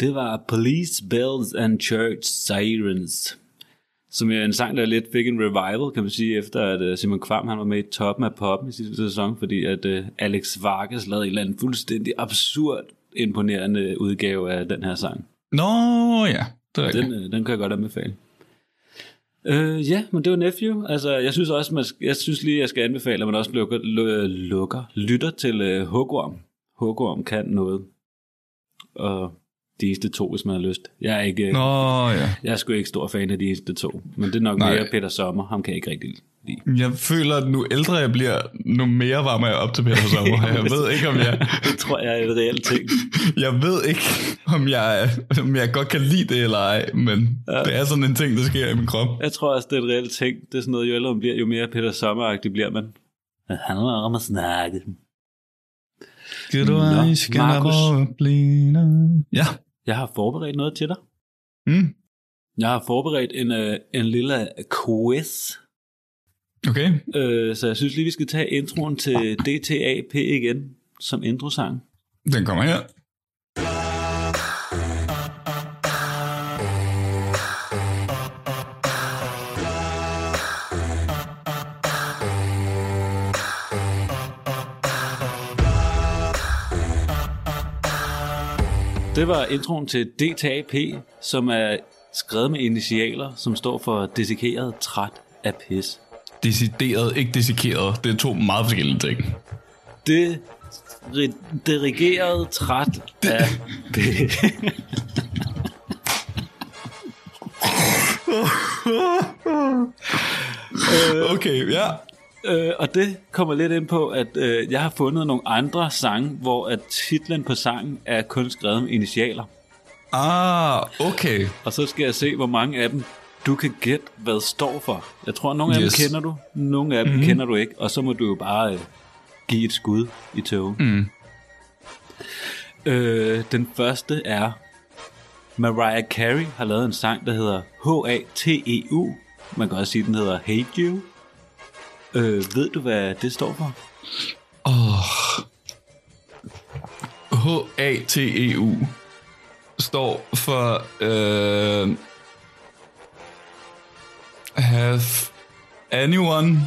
Det var Police Bells and Church Sirens, som er en sang, der lidt fik en revival, kan man sige, efter at Simon Kvam han var med i toppen af poppen i sidste sæson, fordi at Alex Vargas lavede en eller anden fuldstændig absurd imponerende udgave af den her sang. Nå ja, det er rigtigt. Den kan jeg godt anbefale. Ja, men det var Nephew. Altså, jeg synes også, jeg skal anbefale, at man også lytter til Hugorm. Hugorm kan noget. Og de eneste to, hvis man har lyst. Jeg er ikke. Jeg er sgu ikke stor fan af de eneste to. Men det er nok mere Peter Sommer. Ham kan jeg ikke rigtig lide. Jeg føler, at nu ældre jeg bliver, nu mere varmer jeg op til Peter Sommer. Jeg ved ikke, om jeg... Det tror jeg er et reelt ting. Jeg ved ikke, om jeg godt kan lide det eller ej, men det er sådan en ting, der sker i min krop. Jeg tror også, det er et reelt ting. Det er sådan noget, jo ældre man bliver, jo mere Peter Sommer-agtig bliver man. Han er om at snakke. Markus. Ja. Jeg har forberedt noget til dig. Jeg har forberedt en lille quiz. Okay. Så jeg synes lige, vi skal tage introen til DTAP igen, som introsang. Den kommer her. Det var introen til DTAP, som er skrevet med initialer, som står for desikeret træt af pis. Decideret, ikke desikeret. Det er to meget forskellige ting. Dirigeret træt af pis. Okay, ja. Og det kommer lidt ind på, at jeg har fundet nogle andre sange, hvor at titlen på sangen er kun skrevet med initialer. Okay. Og så skal jeg se, hvor mange af dem du kan gætte, hvad står for. Jeg tror, nogle af dem kender du, nogle af dem kender du ikke, og så må du jo bare give et skud i tågen. Den første er, Mariah Carey har lavet en sang, der hedder H-A-T-E-U. Man kan også sige, den hedder Hate You. Ved du, hvad det står for? H-A-T-E-U står for Have anyone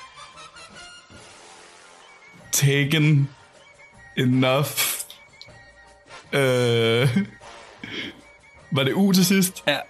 taken enough var det U til sidst? Ja.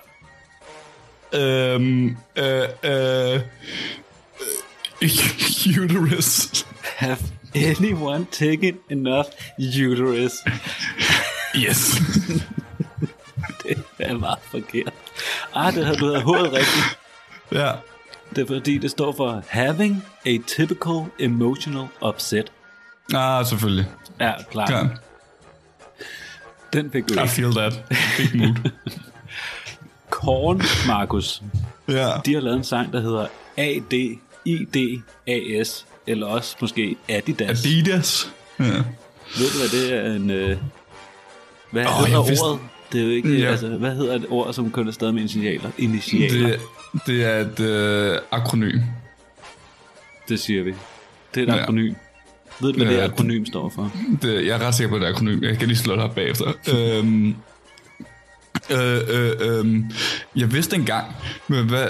Uterus. Have anyone taken enough uterus? Yes. Det er meget forkert. Det har du havde hovedet rigtigt. Ja. Det er fordi, det står for Having a typical emotional upset. Selvfølgelig. Ja, klart. Ja. Den fik du I ikke. feel that. Big mood. Korn, Markus. Ja. De har lavet en sang, der hedder A-D-I-D-A-S. Eller også måske Adidas. Adidas. Ja. Ved du, hvad det er en... Hvad hedder ordet? Det er jo ikke... Altså, hvad hedder et ord, som kun er stadig med initialer? Det er et akronym. Det siger vi. Det er et akronym. Ved du, hvad det akronym står for? Jeg er ret sikker på, at det er akronym. Jeg kan lige slå det op bagefter. Jeg vidste engang, men hvad...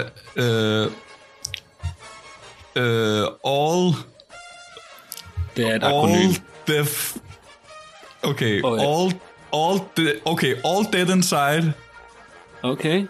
All... Det er et akronym. Okay, all dead inside. Okay.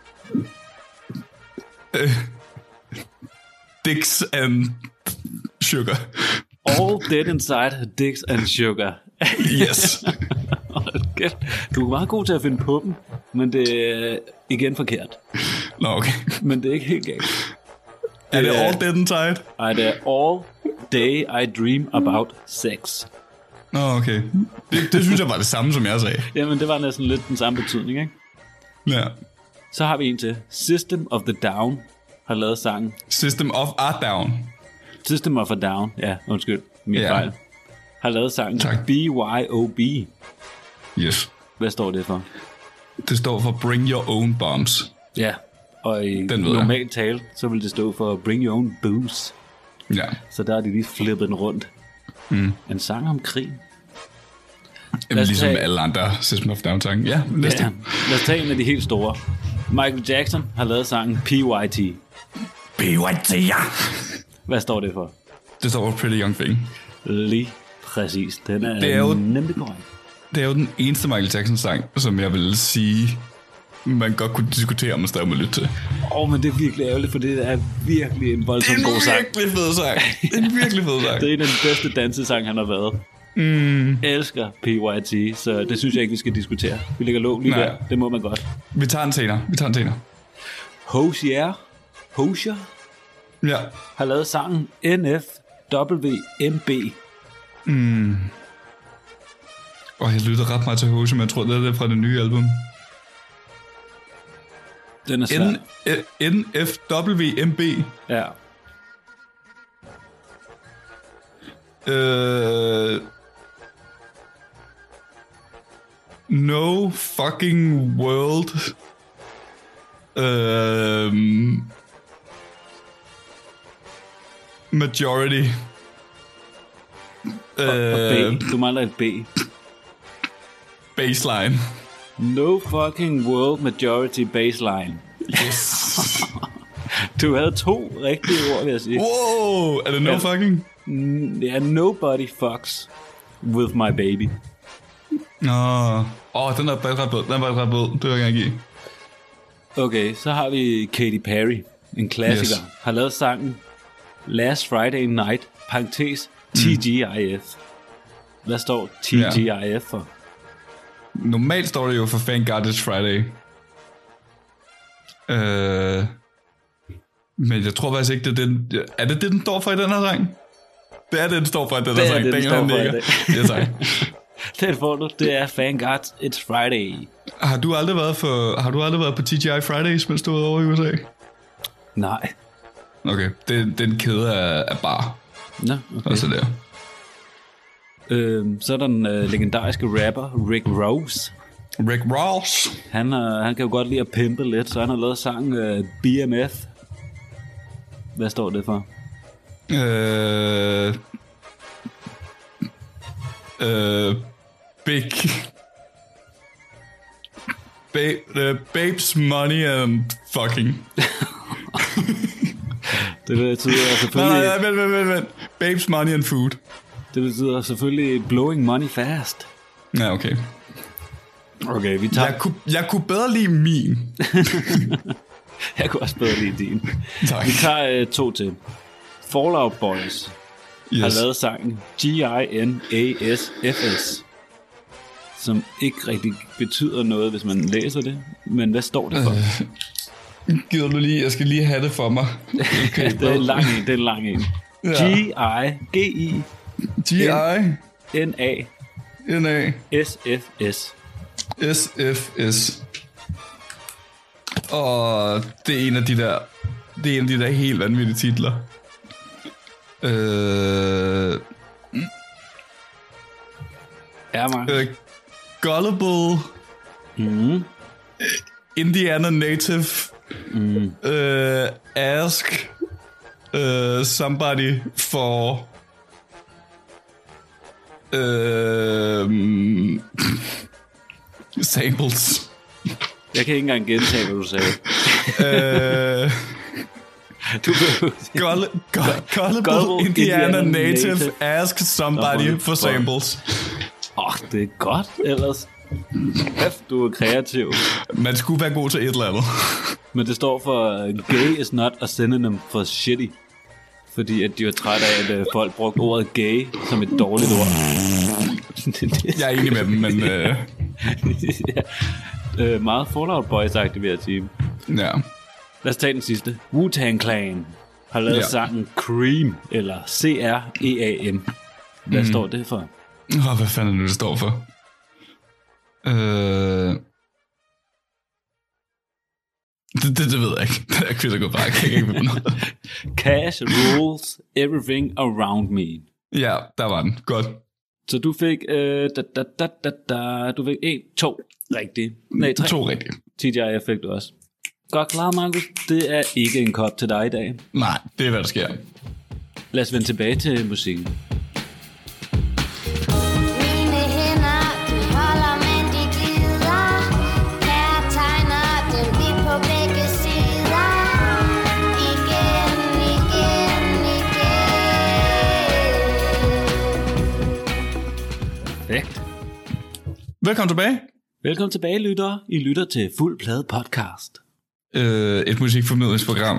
Dicks and sugar. All dead inside, dicks and sugar. Yes. Du er meget god til at finde på dem, men det er igen forkert. Nå, okay. Men det er ikke helt galt. Er det all dead inside? Nej, det er all day I dream about sex. Nå, okay. Det synes jeg var det samme, som jeg sagde. Jamen, det var næsten lidt den samme betydning, ikke? Ja. Så har vi en til. System of the Down har lavet sangen. System of a Down. System of a Down, ja, undskyld, min fejl. Har lavet sangen BYOB. Yes. Hvad står det for? Det står for Bring Your Own Bombs. Ja, og i normal tale, så vil det stå for Bring Your Own Booze. Ja. Så der er de lige flippet den rundt. En sang om krig. Jamen, ligesom alle andre System of Down-sange. Ja, næste. Ja, lad os tage en af de helt store. Michael Jackson har lavet sangen PYT. PYT, ja! Hvad står det for? Det står for Pretty Young Thing. Lige præcis. Den er, Det er jo- nemlig korrekt. Det er jo den eneste Michael Jackson-sang, som jeg vil sige, man godt kunne diskutere, om man stadig må lytte til. Men det er virkelig ærgerligt, for det er virkelig en voldsomt god sang. virkelig fed sang. Det er en virkelig fed sang. Det er en af de bedste dansesang, han har været. Elsker PYT, så det synes jeg ikke, vi skal diskutere. Vi lægger låg lige Nej. der. Det må man godt. Vi tager den senere. Hosier Ja. har lavet sangen NFWMB. Og jeg lyttede ret meget til Hosier, men jeg tror, det er fra det nye album. Den er svær. NFWMB. Ja. No fucking world. Majority. Og B. Du mangler et B. Baseline. No fucking world majority baseline. Yes. Du havde 2 rigtige ord, vil jeg sige. Wow, er det no Ja. fucking? Ja, nobody fucks with my baby. Den er ret blød. Den var ret blød. Det vil jeg gerne give. Okay, så har vi Katy Perry, en klassiker. Yes. Har lavet sangen Last Friday Night, parentes TGIF. Hvad står TGIF for? Normalt står det jo for Thank God It's Friday. Men jeg tror faktisk ikke, det er den... Er det det, den står for i den her sang? Det er det, den står for i den her sang. det, den står for i det. Ja, tak. Den får du. Det er Thank God It's Friday. Har du aldrig været på TGI Fridays, mens du var over i USA? Nej. Okay, det er en kæde af bar. Nå, okay. Og så der. Så er der den legendariske rapper Rick Ross. Rick Ross. Han kan jo godt lide at pimpe lidt, så han har lavet sangen BMF. Hvad står det for? Big... Babes, money and fucking. Det betyder selvfølgelig... Nej, vent. Babes, money and food. Det betyder selvfølgelig blowing money fast. Ja, okay. Okay, vi tager... Jeg kunne bedre lide min. Jeg kunne også bedre lide din. Tak. Vi tager 2 til. Fall Out Boys har lavet sangen GINASFS, som ikke rigtig betyder noget, hvis man læser det. Men hvad står det for? Gider du lige? Jeg skal lige have det for mig. Okay, Det er en lang en. Ja. GIGINASFS. SFS. Og det er en af de der helt vanvittige titler. Ja, Mark. Gullible. Indiana native. Ask somebody for samples. Jeg kan ikke engang gentage, hvad du sagde. Gullible Indiana native ask somebody for samples. Det er godt ellers. Du er kreativ. Man skulle være god til et eller andet. Men det står for gay is not a synonym for shitty. Fordi at de var trætte af, at folk brugte ordet gay som et dårligt ord. Jeg er enig med dem, men... Meget Fall Out Boys-agtigt, vil jeg sige. Ja. Lad os tage den sidste. Wu-Tang Clan har lavet sangen Cream, eller CREAM. Hvad står det for? Hvad fanden er det står for? Det ved jeg ikke. Det er quiz, jeg går bare. Jeg kan ikke vide noget. Cash rules everything around me. Ja, der var den. Godt. Så du fik... Du fik 1, 2 rigtige. Nej, 3. 2 rigtige. TGI fik du også. Godt klar, Markus. Det er ikke en kop til dig i dag. Nej, det er hvad der sker. Lad os vende tilbage til musikken. Mine hænder, Velkommen tilbage. Velkommen tilbage, lyttere. I lytter til Fuld Plade Podcast. Et musikformidlingsprogram.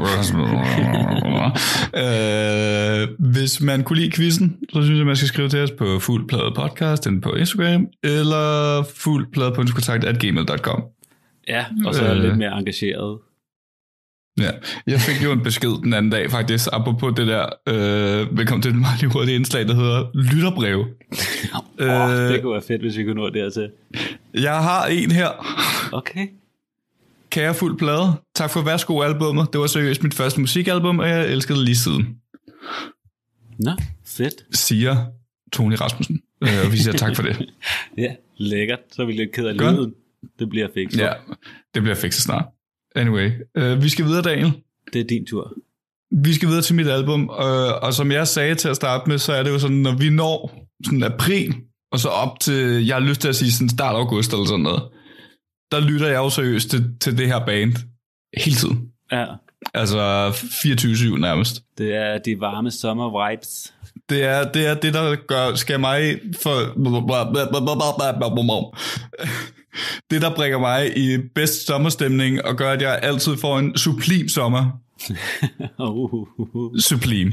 Hvis man kunne lide quizzen, så synes jeg, man skal skrive til os på Fuld Plade Podcast, enten på Instagram, eller fuldplade.kontakt@gmail.com. Ja, og så lidt mere engageret. Ja, jeg fik jo en besked den anden dag faktisk, apropos det der, velkommen til det meget lige hurtige indslag, der hedder lytterbrev. Det kunne være fedt, hvis vi kunne nå dertil. Jeg har en her. Okay. Kære Fuld Plade, tak for Værsgo-albummet. Det var seriøst mit første musikalbum, og jeg elskede det lige siden. Nå, fedt. Siger Tony Rasmussen. Og vi siger tak for det. Ja, lækkert. Så er vi lidt ked af lyden. Det bliver fikset. Ja, det bliver fikset snart. Anyway, vi skal videre, Daniel. Det er din tur. Vi skal videre til mit album, og som jeg sagde til at starte med, så er det jo sådan, når vi når sådan april, og så op til, jeg har lyst til at sige sådan start august eller sådan noget, der lytter jeg jo seriøst til det her band hele tiden. Ja. Altså 24/7 nærmest. Det er de varme sommer-vibes. Det er det, der skal mig for... Det, der bringer mig i bedst sommerstemning og gør, at jeg altid får en sublim sommer. Sublim.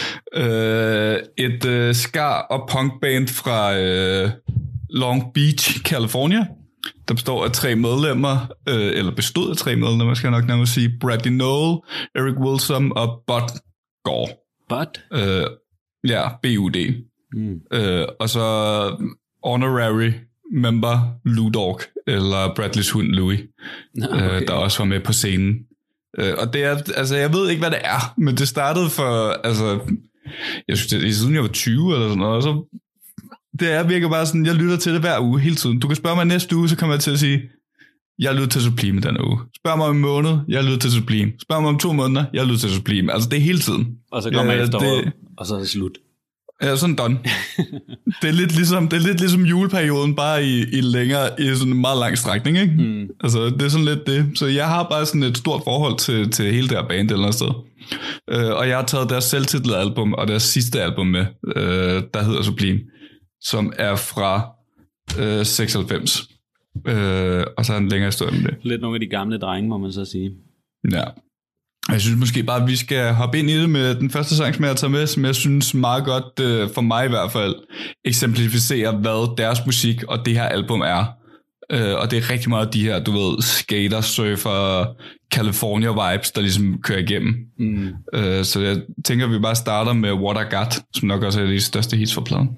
Et ska- og punkband fra Long Beach, California, der består af 3 medlemmer, eller bestod af 3 medlemmer, skal jeg nok nærmest sige. Bradley Noel, Eric Wilson og Bud Gore. Bud? Ja, B-U-D. Og så honorary member Lou Dog, eller Bradleys hund Louis, der også var med på scenen. Og det er, altså jeg ved ikke, hvad det er, men det startede for, altså, jeg synes, det er siden jeg var 20 eller sådan noget, og så det er virkelig bare sådan, jeg lytter til det hver uge, hele tiden. Du kan spørge mig næste uge, så kommer jeg til at sige, jeg lytter til Sublime denne uge. Spørg mig om en måned, jeg lytter til Sublime. Spørg mig om 2 måneder, jeg lytter til Sublime. Altså det er hele tiden. Og så kommer efteråret, og så er det slut. Ja, sådan done. Det er lidt ligesom juleperioden, bare i længere, i sådan en meget lang strækning, ikke? Altså, det er sådan lidt det. Så jeg har bare sådan et stort forhold til hele det her band et eller andet sted. Og jeg har taget deres selvtitlede album, og deres sidste album med, der hedder Sublime, som er fra 96. Og så er en længere historie med det. Lidt nogle af de gamle drenge, må man så sige. Ja. Jeg synes måske bare, at vi skal hoppe ind i det med den første sang, som jeg har taget med, som jeg synes meget godt, for mig i hvert fald, eksemplificerer, hvad deres musik og det her album er. Og det er rigtig meget de her, du ved, skater, surfer, California vibes, der ligesom kører igennem. Så jeg tænker, at vi bare starter med What I Got, som nok også er de største hits for pladen.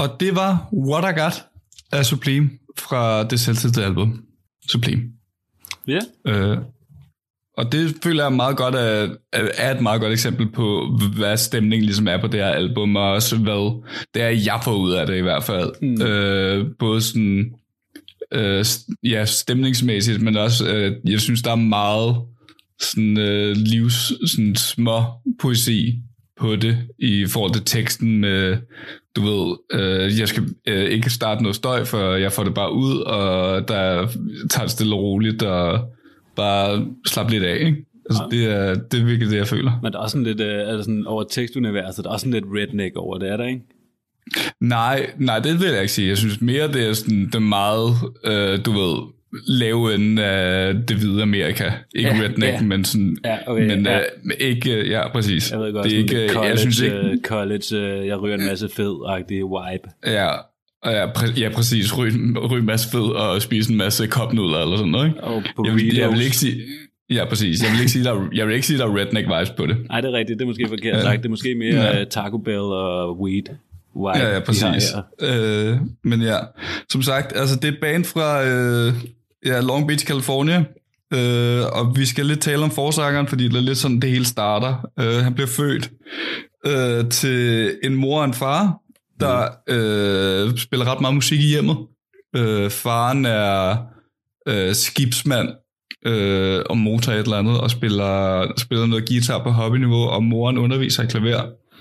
Og det var What I Got af Sublime fra det selvtitlede album Sublime. Ja. Og det føler jeg meget godt er et meget godt eksempel på, hvad stemningen ligesom er på det her album, og også hvad det er, jeg får ud af det i hvert fald. Både sådan, stemningsmæssigt, men også, jeg synes, der er meget sådan, sådan små poesi på det, i forhold til teksten med, du ved, jeg skal ikke starte noget støj, for jeg får det bare ud, og der tager det stille og roligt, og bare slappe lidt af, ikke? Altså, det er virkelig det, jeg føler. Men der er også sådan lidt, sådan over tekstuniverset, der er også sådan lidt redneck over det, er der ikke? Nej, det vil jeg ikke sige. Jeg synes mere, det er sådan, det er meget, du ved, lave ende af det hvide Amerika. Ikke redneck, men sådan, men ikke, præcis. Jeg ved godt, det er ikke, college, jeg synes ikke, college, jeg ryger en masse fed-agtig vibe. Ja, præcis. Ryge en masse fed og spise en masse kopnudler eller sådan noget, ikke? Og jeg vil ikke sige... Ja, præcis. Jeg vil ikke sige, der er redneck vibes på det. Nej, det er rigtigt. Det er måske forkert sagt. Det er måske mere Taco Bell og weed vibe. Ja, præcis. Men ja, som sagt, altså det er band fra Long Beach, California. Og vi skal lidt tale om forsangeren, fordi det er lidt sådan, det hele starter. Han bliver født til en mor og en far, der spiller ret meget musik i hjemmet. Faren er skibsmand og motor et eller andet, og spiller noget guitar på hobbyniveau, og moren underviser i klaver.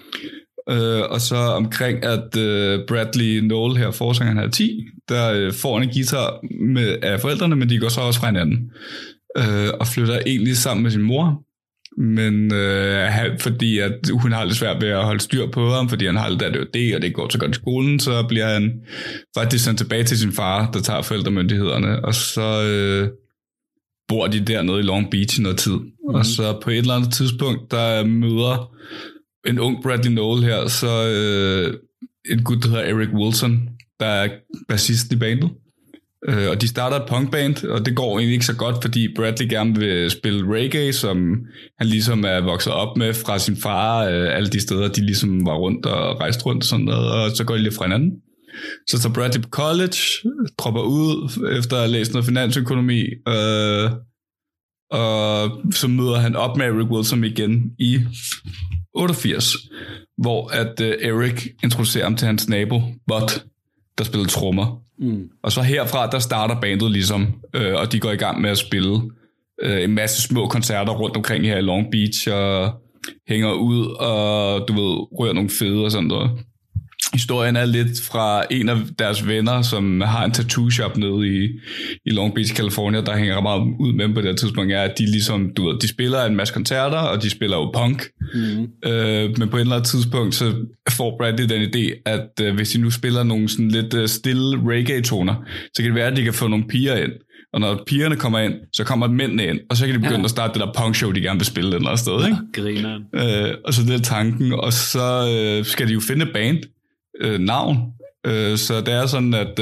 Og så omkring, at Bradley Nowell her, forsangeren her 10, der får en guitar af forældrene, men de går så også fra hinanden. Og flytter egentlig sammen med sin mor, men fordi at hun har lidt svært ved at holde styr på ham, fordi han har lidt ADHD, og det går så godt i skolen, så bliver han faktisk sendt tilbage til sin far, der tager forældremyndighederne, og så bor de dernede i Long Beach i noget tid. Og så på et eller andet tidspunkt, der møder en ung Bradley Nowell her, så en gut, der hedder Eric Wilson, der er bassist i bandet. Og de starter et punkband, og det går egentlig ikke så godt, fordi Bradley gerne vil spille reggae, som han ligesom er vokset op med fra sin far, alle de steder, de ligesom var rundt og rejste rundt og sådan noget, og så går de lidt fra hinanden. Så tager Bradley på college, dropper ud efter at have læst noget finansøkonomi, og så møder han op med Eric Wilson igen i 88, hvor at Eric introducerer ham til hans nabo, Bud, der spiller trommer. Og så herfra, der starter bandet ligesom, og de går i gang med at spille en masse små koncerter rundt omkring her i Long Beach, og hænger ud, og du ved, rører nogle fede og sådan noget. Historien er lidt fra en af deres venner, som har en tattoo shop nede i Long Beach, California, der hænger meget ud med dem på det tidspunkt, er, at de ligesom, du ved, de spiller en masse koncerter, og de spiller jo punk. Men på et eller andet tidspunkt, så får Bradley den idé, at hvis de nu spiller nogle sådan lidt stille reggae-toner, så kan det være, at de kan få nogle piger ind. Og når pigerne kommer ind, så kommer mændene ind, og så kan de begynde at starte det der punkshow, de gerne vil spille et eller andet sted, ikke? Grineren. Og så det er tanken, og så skal de jo finde et band, navn. Så det er sådan, at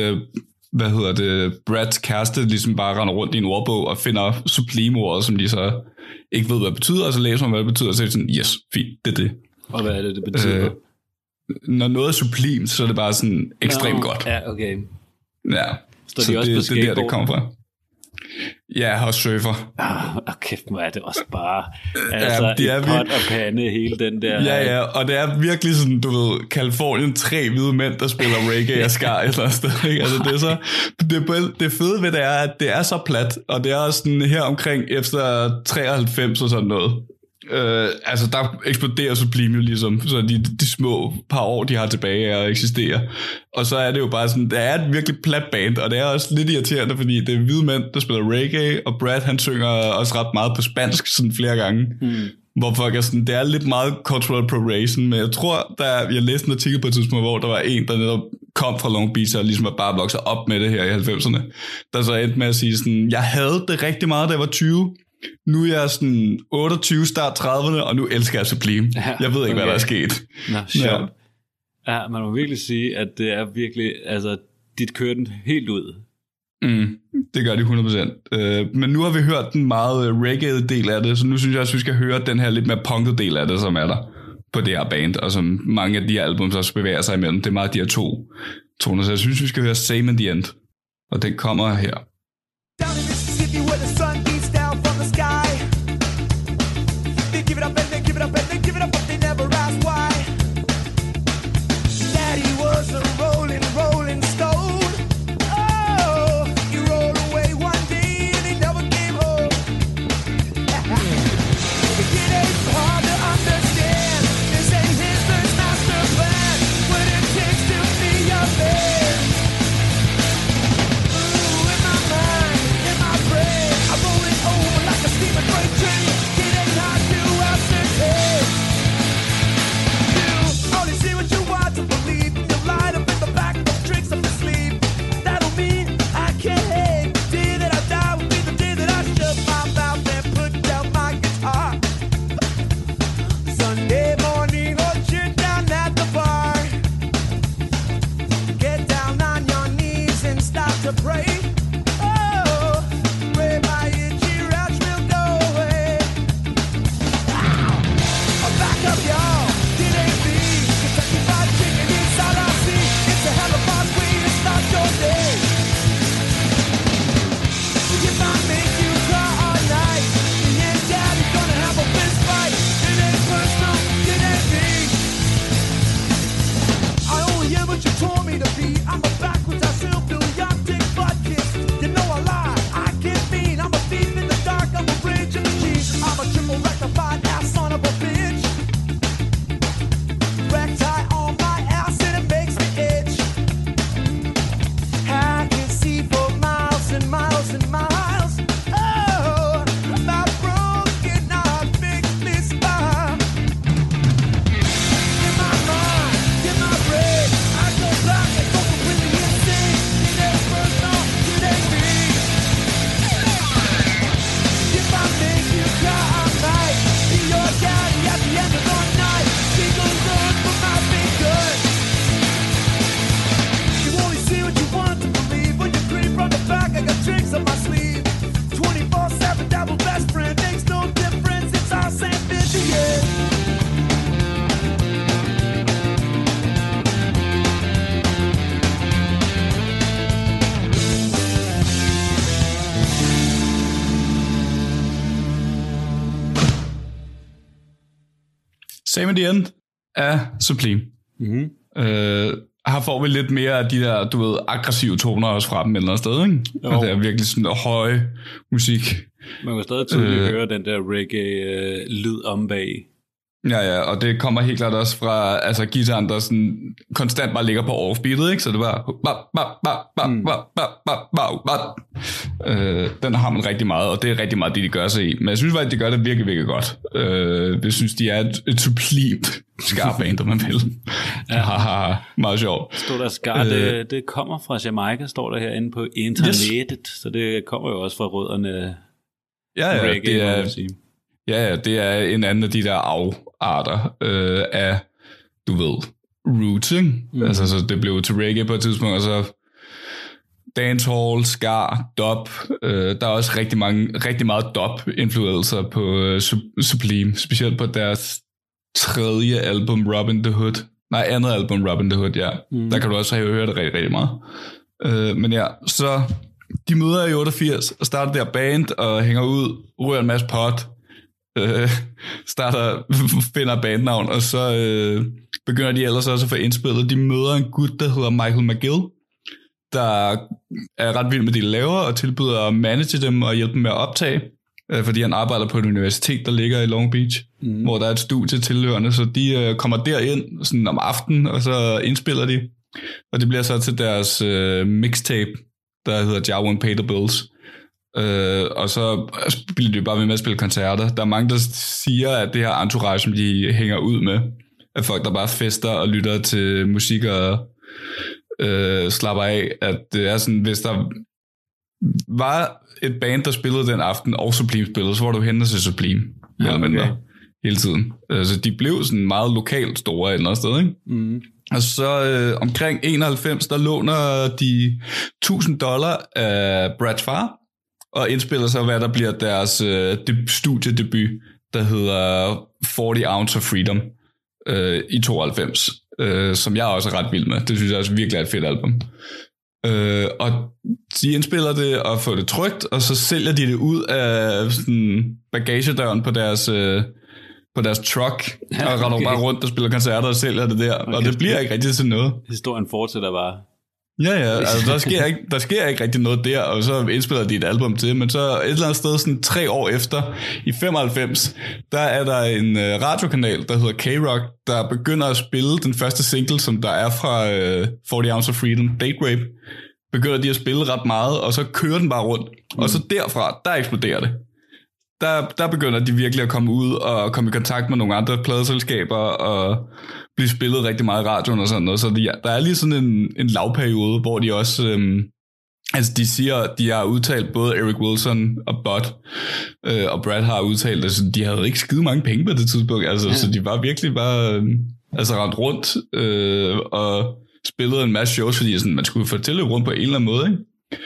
Brads kæreste ligesom bare render rundt i en ordbog og finder Sublime-ordet, som de så ikke ved, hvad det betyder, og så læser man, hvad det betyder, og så er det sådan, yes, fint, det er det. Og hvad er det betyder? Når noget er sublime, så er det bare sådan ekstremt godt. Ja, okay. Ja, står de også på skateboard? Det er der, det kommer fra. Ja, og surfer. Okay, hvor er det også bare et pot og pande, hele den der. Ja, og det er virkelig sådan, du ved, Californien, 3 hvide mænd, der spiller reggae og ska et eller andet sted, ikke? Altså, det er så, det fede ved det er, at det er så plat, og det er også sådan her omkring efter 93 og sådan noget. Altså der eksploderer Sublime jo ligesom, så de små par år de har tilbage at eksistere, og så er det jo bare sådan, det er et virkelig plat band, og det er også lidt irriterende, fordi det er hvide mænd, der spiller reggae, og Brad han synger også ret meget på spansk sådan flere gange, hvor folk er sådan, det er lidt meget cultural appropriation, men jeg tror, jeg læste en artikel på et tidspunkt, hvor der var en, der netop kom fra Long Beach, og ligesom bare vokset op med det her i 90'erne, der så endte med at sige sådan, jeg havde det rigtig meget, da jeg var 20, nu er jeg sådan 28, start 30'erne, og nu elsker jeg Sublime. Jeg ved ikke, hvad der er sket. Nå, sjovt. Ja, man må virkelig sige, at det er virkelig, altså, dit kører den helt ud. Det gør de 100%. Men nu har vi hørt den meget reggae del af det, så nu synes jeg også, vi skal høre den her lidt mere punkede del af det, som er der. på det her band, og som mange af de her albums også bevæger sig imellem. Det er meget de her to toner, så jeg synes, vi skal høre Same in the End, og den kommer her. Down in Mississippi where the sun beats down from the sky. They give it up and they give it up and they give it up, but they never ask why. Daddy was a rolling, rolling stone. Oh, he rolled away one day and he never came home. It ain't hard to understand. This ain't his first master plan. What it takes to be a man. Ooh, in my mind, in my brain, I'm rolling over like a steaming freight train. It ain't hard to ascertain. You only see what you want to believe. You light up in the back of tricks up your sleeve. That'll mean I can't hate. The day that I die will be the day that I shut my mouth and put down my guitar. Sunday morning, or sit down at the bar. Get down on your knees and start to pray. Oh, pray my itchy rash will go away. Oh, back up, y'all. It ain't me. Kentucky Fried Chicken inside our sea. It's a hell of a way to start your day. If I make you cry all night, me and Daddy gonna have a fist fight. It ain't personal, it ain't me. I only am what you told me to be. I'm a backwards, I still feel young, dick butt kiss. You know I lie, I get mean. I'm a thief in the dark, I'm a bridge in the keys. I'm a triple rectified ass son of a bitch. Red tie on my ass and it makes me itch. I can see for miles and miles and miles. Oh, my broken heart makes me smile. In my mind, in my brain, I go back and go completely insane. It ain't personal, it ain't me. If I make you cry all night, be your daddy at the end of the night. She goes on for my big good. You only see what you want to believe. When you creep from the back, I got tricks up my sleeve. 24/7 double best friend, makes no difference. It's our same bitch, yeah. Same in the End af Sublime. Mm-hmm. Her får vi lidt mere af de der, du ved, aggressive toner også fra dem et eller andet sted, ikke? Og det er virkelig sådan der høje musik. Man kan stadig tydeligt høre den der reggae-lyd om bag. Ja, og det kommer helt klart også fra altså guitaren, der sådan konstant bare ligger på offbeatet, ikke? Så det var den har man rigtig meget, og det er rigtig meget det, de gør sig i. Men jeg synes faktisk, de gør det virkelig, virkelig godt. Jeg synes, de er et sublimt skarp-band, om man vil. Ja. Meget sjovt. Står der skar, det kommer fra Jamaica, står der herinde på internettet, yes. Så det kommer jo også fra rødderne reggae, det er, må man sige. Ja, det er en anden af de der afarter af, du ved, roots, ikke? Altså, så det blev til reggae på et tidspunkt, og så dancehall, ska, dub. Der er også rigtig meget dub-influencer på Sublime, specielt på deres tredje album, andet album, Robin the Hood, ja. Der kan du også have hørt det rigtig, rigtig meget. Men ja, så de møder i 88 og starter der band og hænger ud, rører en masse pot, finder bandnavn, og så begynder de ellers også at få indspillet. De møder en gut, der hedder Michael McGill, der er ret vild med det, de laver, og tilbyder at manage dem og hjælpe dem med at optage, fordi han arbejder på et universitet, der ligger i Long Beach, hvor der er et studie tilhørende, så de kommer derind sådan om aftenen, og så indspiller de, og det bliver så til deres mixtape, der hedder Ja Won't Pay the Bills. Og så bliver de bare ved med at spille koncerter. Der er mange, der siger, at det her entourage, som de hænger ud med, at folk, der bare fester og lytter til musik og slapper af, at det er sådan, hvis der var et band, der spillede den aften, og Sublime spillede, så var du henne til Sublime, hele tiden. Så de blev sådan meget lokalt store et eller andet sted, ikke? Mm. Og så omkring 91, der låner de $1,000 af Brad's far, og indspiller så, hvad der bliver deres studiedebut, der hedder 40 Ounce of Freedom. i 92, som jeg også er ret vild med. Det synes jeg også virkelig er et fedt album. Og de indspiller det og får det trykt, og så sælger de det ud af sådan bagagedøren på deres truck, og render bare rundt og spiller koncerter og sælger det der, og det bliver ikke rigtig til noget. Historien fortsætter bare. Ja, altså der sker ikke rigtig noget der, og så indspiller de et album til, men så et eller andet sted sådan 3 år efter, i 95, der er der en radiokanal, der hedder K-Rock, der begynder at spille den første single, som der er fra 40 Ounce of Freedom, Date Rape, begynder de at spille ret meget, og så kører den bare rundt, og så derfra, der eksploderer det. Der begynder de virkelig at komme ud og komme i kontakt med nogle andre pladeselskaber og blive spillet rigtig meget i radioen og sådan noget. Så der er lige sådan en lavperiode, hvor de også... altså de siger, de har udtalt både Eric Wilson og Bud, og Brad har udtalt, altså de havde ikke skide mange penge på det tidspunkt. Altså, så de var virkelig bare rendt rundt og spillede en masse shows, fordi sådan, man skulle fortælle rundt på en eller anden måde, ikke?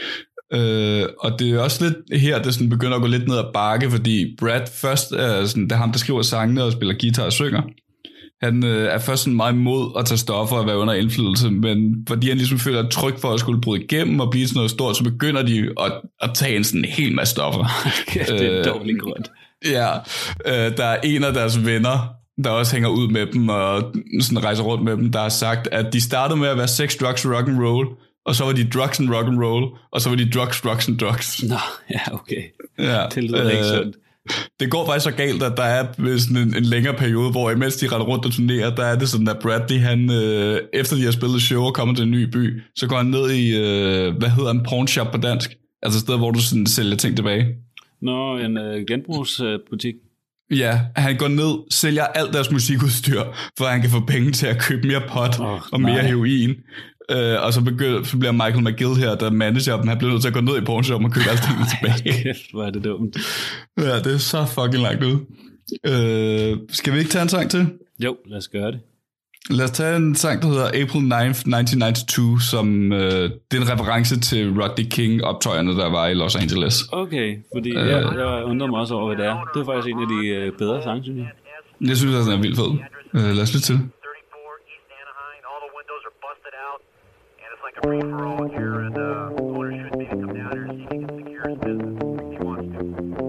Og det er også lidt her, det sådan begynder at gå lidt ned ad bakke, fordi Brad først er sådan, det er ham, der skriver sangene og spiller guitar og synger. Han er først sådan meget imod at tage stoffer og være under indflydelse, men fordi han ligesom føler tryk for at skulle bryde igennem og blive sådan noget stort, så begynder de at tage en sådan hel masse stoffer. Det er en dårlig grund. Ja, der er en af deres venner, der også hænger ud med dem og sådan rejser rundt med dem, der har sagt, at de startede med at være sex, drugs og rock and roll, og så var de drugs and rock and roll, og så var de drugs and drugs. Nå, ja, okay. Ja, det lyder ikke sundt. Det går faktisk så galt, at der er sådan en længere periode, hvor imens de render rundt og turnerer, der er det sådan, at Bradley, han, efter de har spillet show og kommer til en ny by, så går han ned i, hvad hedder en pawn shop på dansk? Altså et sted, hvor du sådan sælger ting tilbage. Nå, en genbrugsbutik. Ja, han går ned, sælger alt deres musikudstyr, for at han kan få penge til at købe mere pot og mere heroin. Og så bliver Michael McGill her, der manager dem, han bliver nødt til at gå ned i pornshop og købe alt tingene tilbage. Kæft, hvor er det dumt. Ja, det er så fucking langt ud. Skal vi ikke tage en sang til? Jo, lad os gøre det. Lad os tage en sang, der hedder April 9th, 1992, som det er en reference til Rodney King-optøjerne, der var i Los Angeles. Okay, fordi jeg undrer mig også over, hvad det er. Det er faktisk en af de bedre sange, synes jeg. Jeg synes, at den er vildt fed. Lad os lytte til. Free for all here, and owner should be to come down here and see if he can secure his business if he wants to.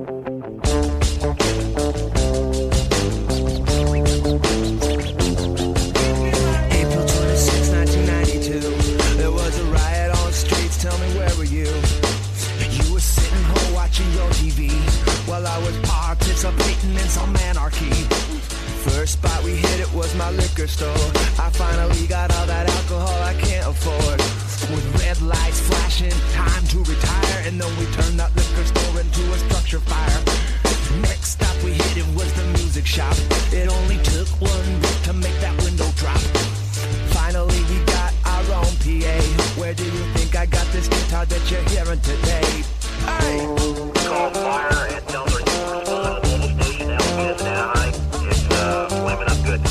April 26, 1992, there was a riot on the streets. Tell me, where were you? You were sitting home watching your TV while I was participating in some anarchy. First spot we hit, it was my liquor store. I finally got all that alcohol I can't afford. With red lights flashing, time to retire, and then we turned that liquor store into a structure fire. Next stop we hit, it was the music shop. It only took one beat to make that window drop. Finally we got our own PA. Where do you think I got this guitar that you're hearing today? Hey! Call fire and tell them to the mobile station out in Anaheim. It's flaming up good.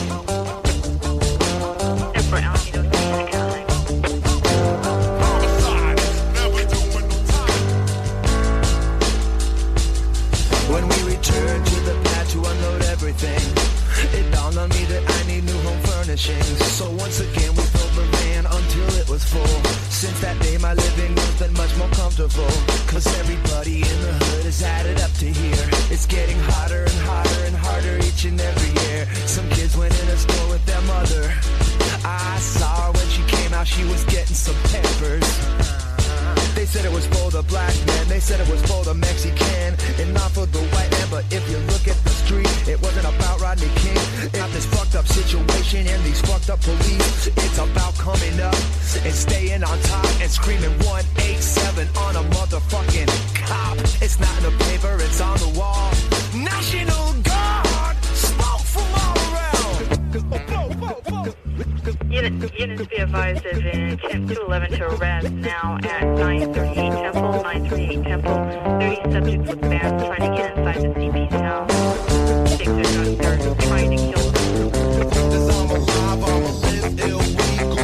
When we returned to the pad to unload everything, it dawned on me that I need new home furnishings. So once again we filled the van until it was full. Since that day my living room's been much more comfortable, cause everybody in the hood has added up to here. It's getting hotter and hotter and harder each and every year. Some kids went in a store with their mother. I saw her when she came out, she was getting some Pampers. They said it was for the black man, they said it was for the Mexican, and not for the white man. But if you look at the street, it wasn't about Rodney King. It's not this fucked up situation and these fucked up police. It's about coming up and staying on top and screaming 187 on a motherfucking cop. It's not in the paper, it's on the wall. National Guard, smoke from all around. Units be advised of an attempt to 11 to arrest now at 938 Temple, 938 Temple. 30 subjects with bands trying to get inside the CP's house. 6 are trying to kill them. Cause I'm alive, I'm a live illegal.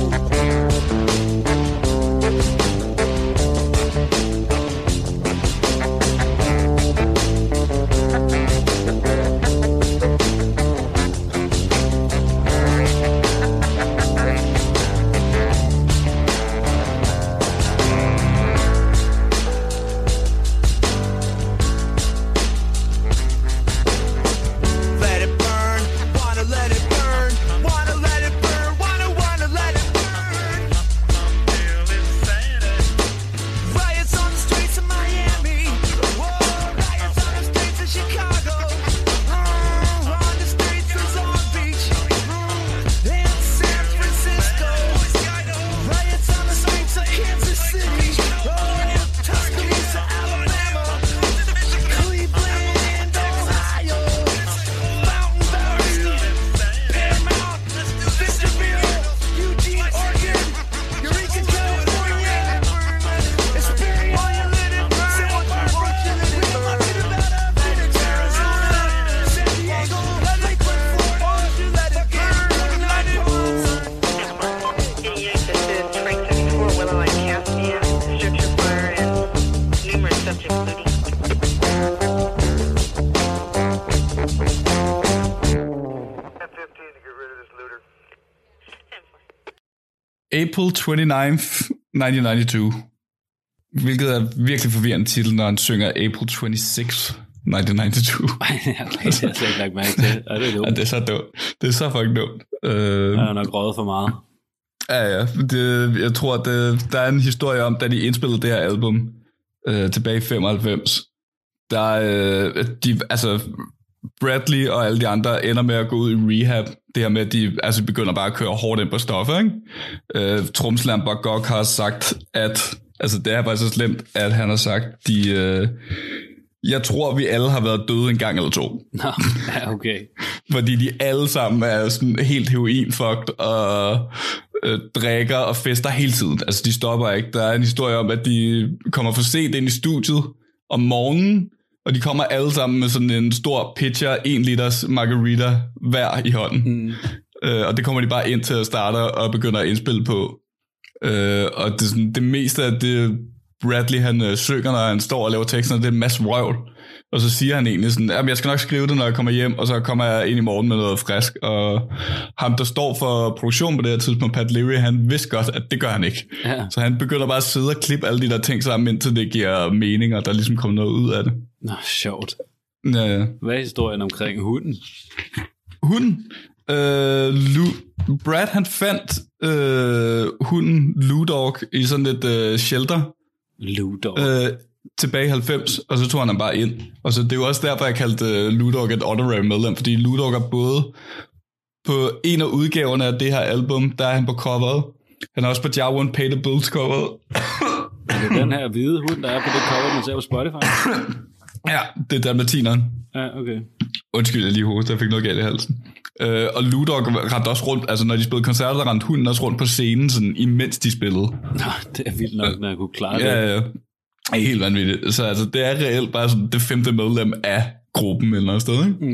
April 29th, 1992. Hvilket er virkelig forvirrende titel, når han synger April 26th, 1992. Det har jeg slet ikke lagt mærke til. Ja, det er dumt. Ja, det er så dumt. Det er så fucking dumt. Jeg har nok røget for meget. Ja. Jeg tror, at der er en historie om, da de indspillede det her album tilbage i 95. Bradley og alle de andre ender med at gå ud i rehab. Det her med, at de begynder bare at køre hårdt ind på stoffer, ikke? Tromslæren Buck Gog har sagt, at det er faktisk så slemt, at han har sagt, jeg tror, vi alle har været døde en gang eller to. Nå, ja, okay. Fordi de alle sammen er sådan helt heroin-fucked og drikker og fester hele tiden. Altså, de stopper ikke. Der er en historie om, at de kommer for sent ind i studiet om morgenen, og de kommer alle sammen med sådan en stor pitcher, 1 liters margarita hver i hånden. Og det kommer de bare ind til at starte og begynder at indspille på. Og det, sådan, det meste af det Bradley han synger, når han står og laver teksten, det er en masse røvl. Og så siger han egentlig sådan, jamen jeg skal nok skrive det, når jeg kommer hjem, og så kommer jeg ind i morgen med noget frisk. Og ham, der står for produktion på det her tidspunkt, Pat Leary, han vidste godt, at det gør han ikke. Ja. Så han begynder bare at sidde og klippe alle de der ting sammen, indtil det giver mening, og der ligesom kommer noget ud af det. Nå, sjovt. Ja. Hvad er historien omkring hunden? Hunden? Brad, han fandt hunden Lou Dog i sådan et shelter. Lou Dog? Tilbage i 90, og så tog han bare ind. Og så det er jo også derfor, jeg kaldte Lou Dog et honorary medlem, fordi Lou Dog er både på en af udgaverne af det her album, der er han på coveret. Han er også på Ja Won't Pay the Bills coveret. Er det den her hvide hund, der er på det cover, man ser på Spotify? Ja, det er dalmatineren. Ja, okay. Undskyld, jeg lige hovedet, jeg fik noget galt i halsen. Og Lou Dog rendte også rundt, altså når de spillede koncerter, der rendte hunden også rundt på scenen, sådan, imens de spillede. Nå, det er vildt nok, når jeg kunne klare det. Ja. Det er helt vanvittigt. Så altså, det er reelt bare sådan det 5. medlem af gruppen eller noget sted,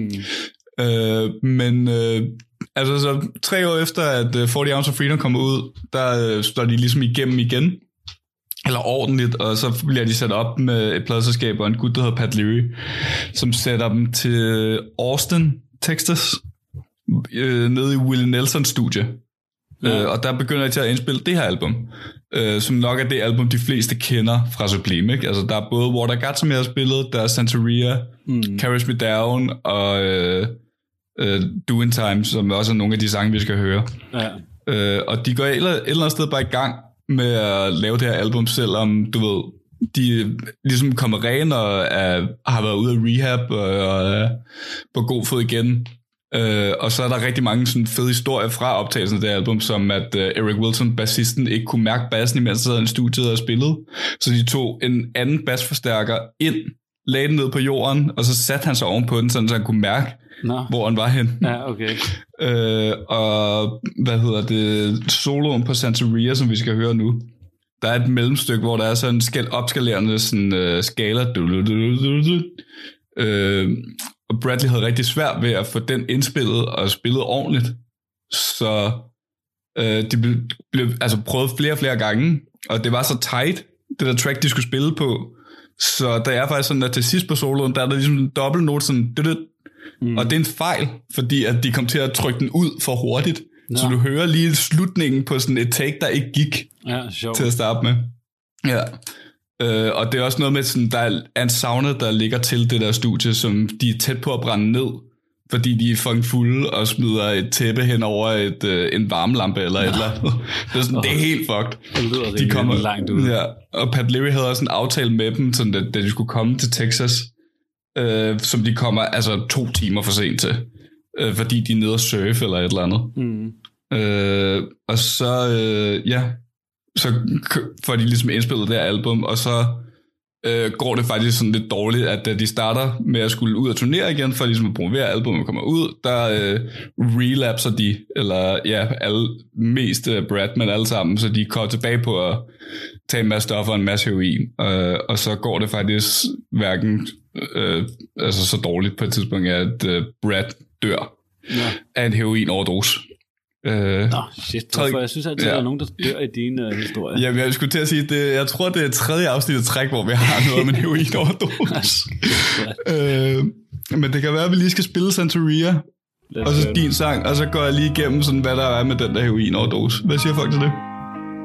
ikke? Altså så 3 år efter, at 40 Ounce of Freedom kommer ud, der står de ligesom igennem igen. Eller ordentligt, og så bliver de sat op med et pladeselskab og en gut, der hedder Pat Leary, som sætter dem til Austin, Texas, nede i Willie Nelsons studie. Og der begynder de til at indspille det her album, som nok er det album, de fleste kender fra Sublime, ikke? Altså der er både What I Got, som jeg har spillet, der er Santeria, Carries Me Down og Doing Time, som også er nogle af de sange, vi skal høre. Og de går et eller andet sted bare i gang med at lave det her album, selvom du ved, de ligesom kommer ren og har været ude af rehab og på god fod igen. Og så er der rigtig mange sådan fede historier fra optagelsen af det album, som at Eric Wilson, bassisten, ikke kunne mærke bassen, imens han sad i studiet og spillede. Så de tog en anden bassforstærker ind, lagde den ned på jorden, og så satte han sig ovenpå den, så han kunne mærke, hvor han var hen. Ja, okay. Og soloen på Santeria, som vi skal høre nu, der er et mellemstykke, hvor der er sådan en opskalerende sådan, skala. Og Bradley havde rigtig svært ved at få den indspillet og spillet ordentligt. Så de blev prøvet flere gange, og det var så tight, det der track, de skulle spille på. Så der er faktisk sådan, at til sidst på soloen, der er der ligesom en dobbeltnote sådan, og det er en fejl, fordi at de kom til at trykke den ud for hurtigt. Så du hører lige slutningen på sådan et take, der ikke gik til at starte med. Ja. Og det er også noget med sådan, der er en sauna, der ligger til det der studie, som de er tæt på at brænde ned, fordi de er fucking fulde og smider et tæppe hen over en varmelampe eller et eller andet. Det er helt fucked. Det lyder de kommer langt ud. Ja, og Pat Leary havde også en aftale med dem, sådan, da de skulle komme til Texas, som de kommer 2 timer for sent til, fordi de er nede og surfe eller et eller andet. Og så så får de ligesom indspillet det her album, og så går det faktisk sådan lidt dårligt, at da de starter med at skulle ud og turnere igen, for ligesom at promovere albumet kommer ud, der relapser de, eller alle mest Brad, men alle sammen, så de kommer tilbage på at tage en masse stoffer og en masse heroin, og så går det faktisk hverken så dårligt på et tidspunkt, at Brad dør af en heroin-overdose. Shit, hvorfor? Jeg synes altid, at der er nogen, der dør i dine historier. Jamen, jeg skulle til at sige, jeg tror, det er 3. afsnit af træk, hvor vi har noget med en heroin-overdose. Men det kan være, at vi lige skal spille Santeria, og så din sang, og så går jeg lige igennem, sådan, hvad der er med den der heroin-overdose. Hvad siger folk til det?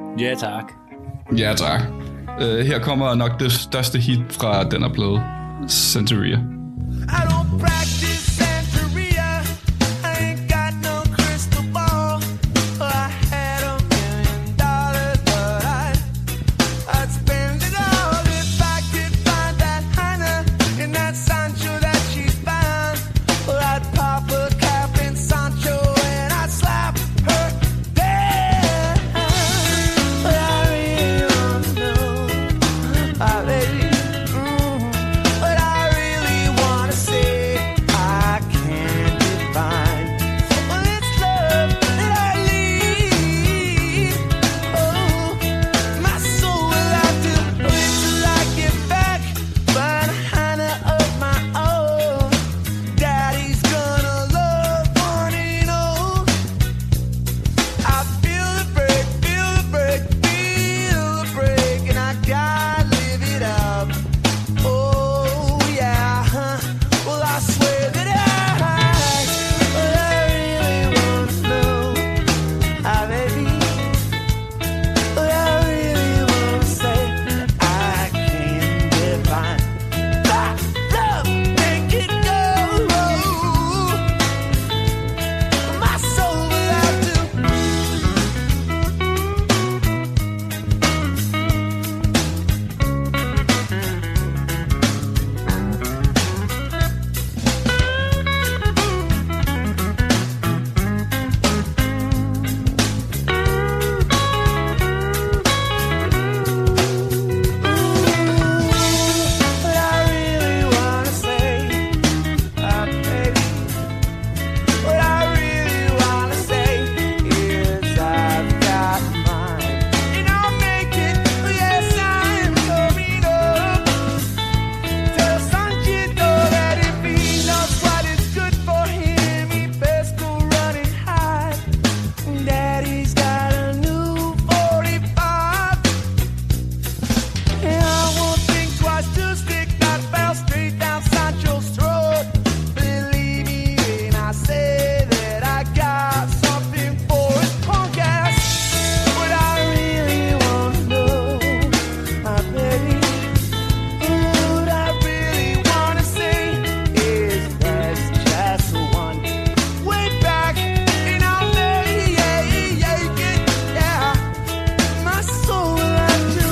Ja, tak. Ja, tak. Her kommer nok det største hit fra den her plade. Santeria. I don't practice Santeria. I ain't got no crystal ball. I had $1 million, but I'd spend it all if I could find that Hannah in that Sancho that she's found. Well, I'd pop a cap in Sancho and I'd slap her down. But I really want to know, baby. But I really wanna say I can't define. Well, it's love that I need. Oh, my soul will have to live till I get back. Find a Hannah of my own. Daddy's gonna love one and all. I feel the break, feel the break, feel the break, and I gotta live it up. Oh yeah, well I swear that well, I really want to know, baby. Well, I really want to say I can't define that love, make it go. My soul will have to. But I really wanna say, baby. What I really wanna say is I've got mine, and I'll make it. Yes, I'm coming up. Tell Sanchito that if he knows what is good for him, he best go run and hide. Daddy's got a new 45. And I won't think twice to stick that bell straight down Sancho's throat. Believe me when I say that I got something for his punk ass. What I really want to know, my baby, what I really want to say is that's just one way back, and I'll make it, yeah. My soul will have to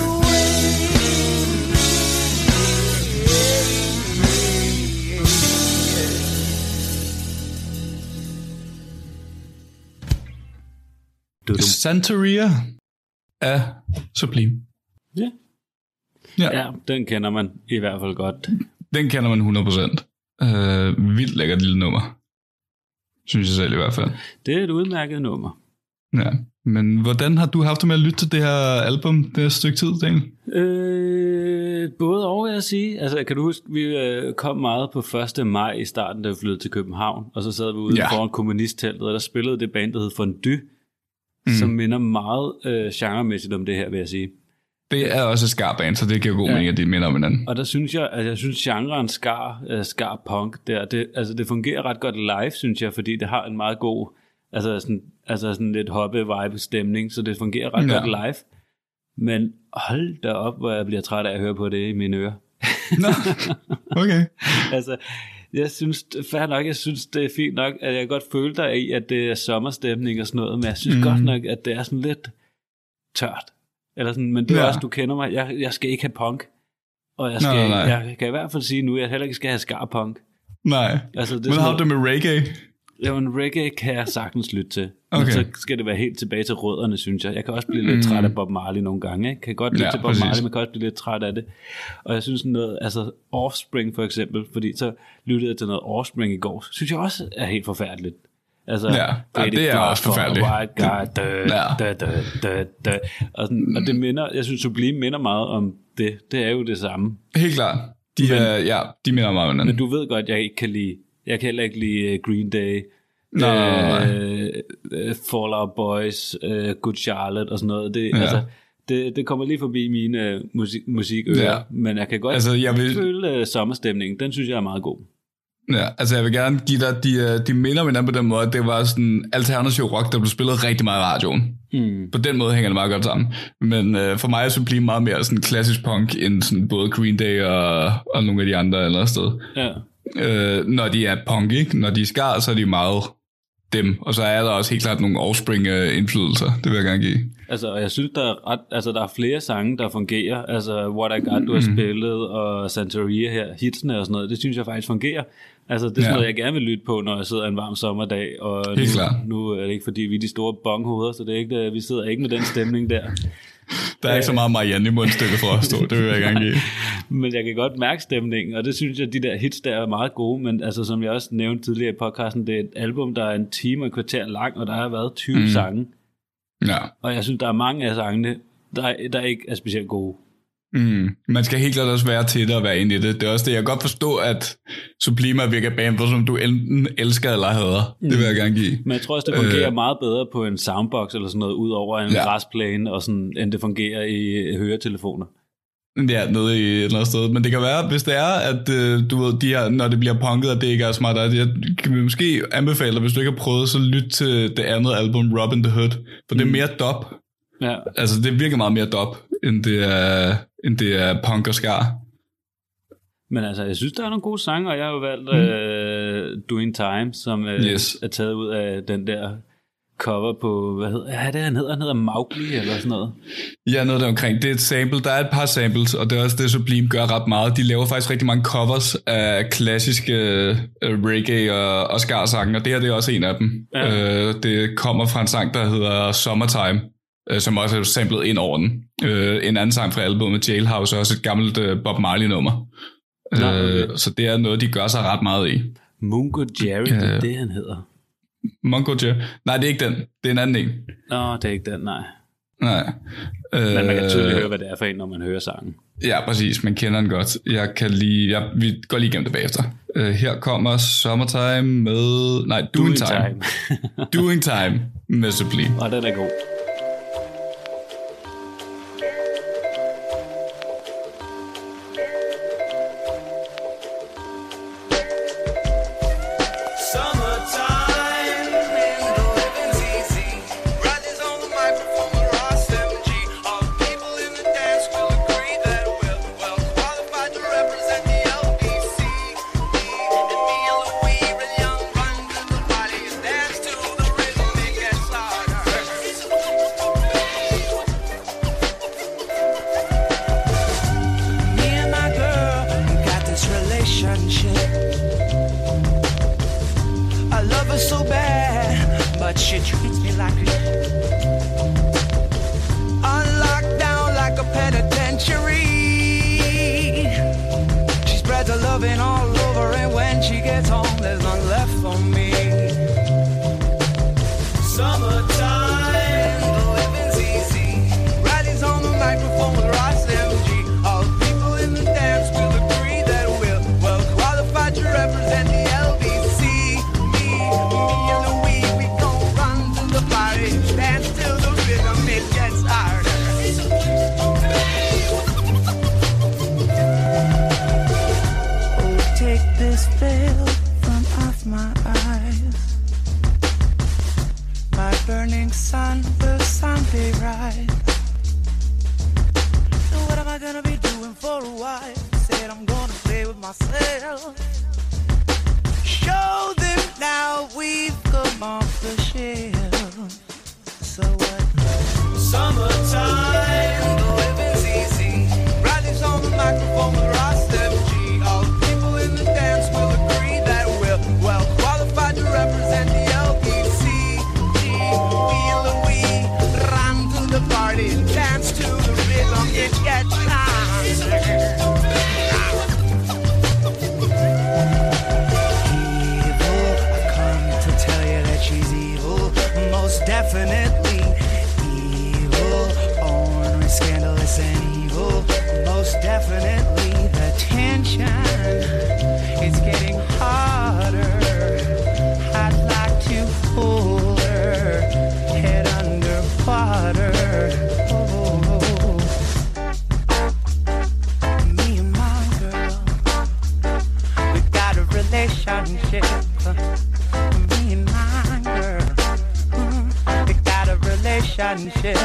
Santeria af Sublime. Ja. Ja, Ja, den kender man i hvert fald godt. den kender man 100%. Vildt lækkert lille nummer. Synes jeg selv i hvert fald. Det er et udmærket nummer. Ja. Men hvordan har du haft det med at lytte til det her album, det her stykke tid, Daniel? Både og, vil jeg sige. Altså, kan du huske, vi kom meget på 1. maj i starten, da vi flyttede til København, og så sad vi ude foran kommunistteltet, og der spillede det band, der hed Fondue, som minder meget genremæssigt om det her, vil jeg sige. Det er også et skar-band, så det giver god mening, at de minder om hinanden. Og der synes jeg, at genren skar punk der, det fungerer ret godt live, synes jeg, fordi det har en meget god, altså sådan lidt hoppe-vibe stemning, så det fungerer ret godt live. Men hold da op, hvor jeg bliver træt af at høre på det i mine ører. Nå, okay. Altså, jeg synes, fair nok, jeg synes, det er fint nok, at jeg godt føler dig i, at det er sommerstemning og sådan noget, men jeg synes godt nok, at det er sådan lidt tørt. Eller sådan, men det er også, du kender mig, jeg skal ikke have punk. Og jeg skal, jeg kan i hvert fald sige nu, at jeg heller ikke skal have skarpunk. Nej, altså, det men har du det med reggae? Ja, men reggae kan jeg sagtens lytte til. Okay. Men så skal det være helt tilbage til rødderne, synes jeg. Jeg kan også blive lidt træt af Bob Marley nogle gange. Ikke? Kan godt lytte til Bob Marley, men kan også blive lidt træt af det. Og jeg synes noget, altså Offspring for eksempel, fordi så lyttede jeg til noget Offspring i går, synes jeg også er helt forfærdeligt. Altså, det er også forfærdeligt. Og det minder, jeg synes Sublime minder meget om det. Det er jo det samme. Helt klart. De minder meget om hinanden. Men du ved godt, jeg kan heller ikke lide Green Day, Fall Out Boys, Good Charlotte og sådan noget. Det kommer lige forbi mine musikører, men jeg kan godt føle sommerstemningen. Den synes jeg er meget god. Ja, altså jeg vil gerne give dig, de minder om hinanden på den måde, at det var sådan alternativ rock, der blev spillet rigtig meget i radioen. På den måde hænger det meget godt sammen. Men for mig er Sublime meget mere sådan klassisk punk, end sådan både Green Day og nogle af de andre eller sted. Ja. Når de er punk, ikke? Når de er skar, så er de meget dem. Og så er der også helt klart nogle Offspring-indflydelser. Det vil jeg gerne give. Altså, jeg synes, der er flere sange, der fungerer. Altså, What I Got, du har spillet, og Santeria her, hitsene og sådan noget. Det synes jeg faktisk fungerer. Altså, det er sådan noget, jeg gerne vil lytte på, når jeg sidder en varm sommerdag. Og nu er det ikke, fordi vi er de store bonghoveder, så det er ikke, vi sidder ikke med den stemning der. Der er ikke så meget Marianne i mundstykket for at stå, det vil jeg gerne give. Men jeg kan godt mærke stemningen, og det synes jeg, de der hits der er meget gode, men altså, som jeg også nævnte tidligere i podcasten, det er et album, der er 1 time og et kvarter lang, og der har været 20 sange. Ja. Og jeg synes, der er mange af sangene, der ikke er specielt gode. Man skal helt klart også være til det og være inde i det. Det er også det, jeg kan godt forstå, at Sublime virker band, som du enten elsker eller hader. Det vil jeg gerne give. Men jeg tror også, det fungerer meget bedre på en soundbox eller sådan noget, ud over en græsplæne, og sådan, end det fungerer i høretelefoner. Ja, nede i et eller andet sted. Men det kan være, hvis det er, at du ved, de her, når det bliver punket, og det ikke er smart, jeg kan måske anbefale dig, hvis du ikke har prøvet, så lyt til det andet album, Robin the Hood. For det er mere dub. Ja. Altså, det virker meget mere dub, end det er punk og skar. Men altså, jeg synes, der er nogle gode sange, og jeg har jo valgt Doing Time, som er taget ud af den der cover på, hvad hedder det, han hedder Mowgli eller sådan noget. Ja, noget der omkring. Det er et sample, der er et par samples, og det er også det, Sublime gør ret meget. De laver faktisk rigtig mange covers af klassiske reggae og skar-sange, og det her det er også en af dem. Ja. Det kommer fra en sang, der hedder Summertime, som også er samlet ind over den. En anden sang fra albumet Jailhouse, også et gammelt Bob Marley-nummer. Så det er noget, de gør sig ret meget i. Mungo Jerry, det er det, han hedder. Mungo Jerry? Nej, det er ikke den. Det er en anden en. Nå, det er ikke den, nej. Nej. Men man kan tydeligt høre, hvad det er for en, når man hører sangen. Ja, præcis. Man kender den godt. Vi går lige igennem det bagefter. Her kommer Summertime med... Nej, Doing Time. Doing Time med Sublime. Og den er god. Definitely evil, ornery, scandalous and evil. Most definitely relationship.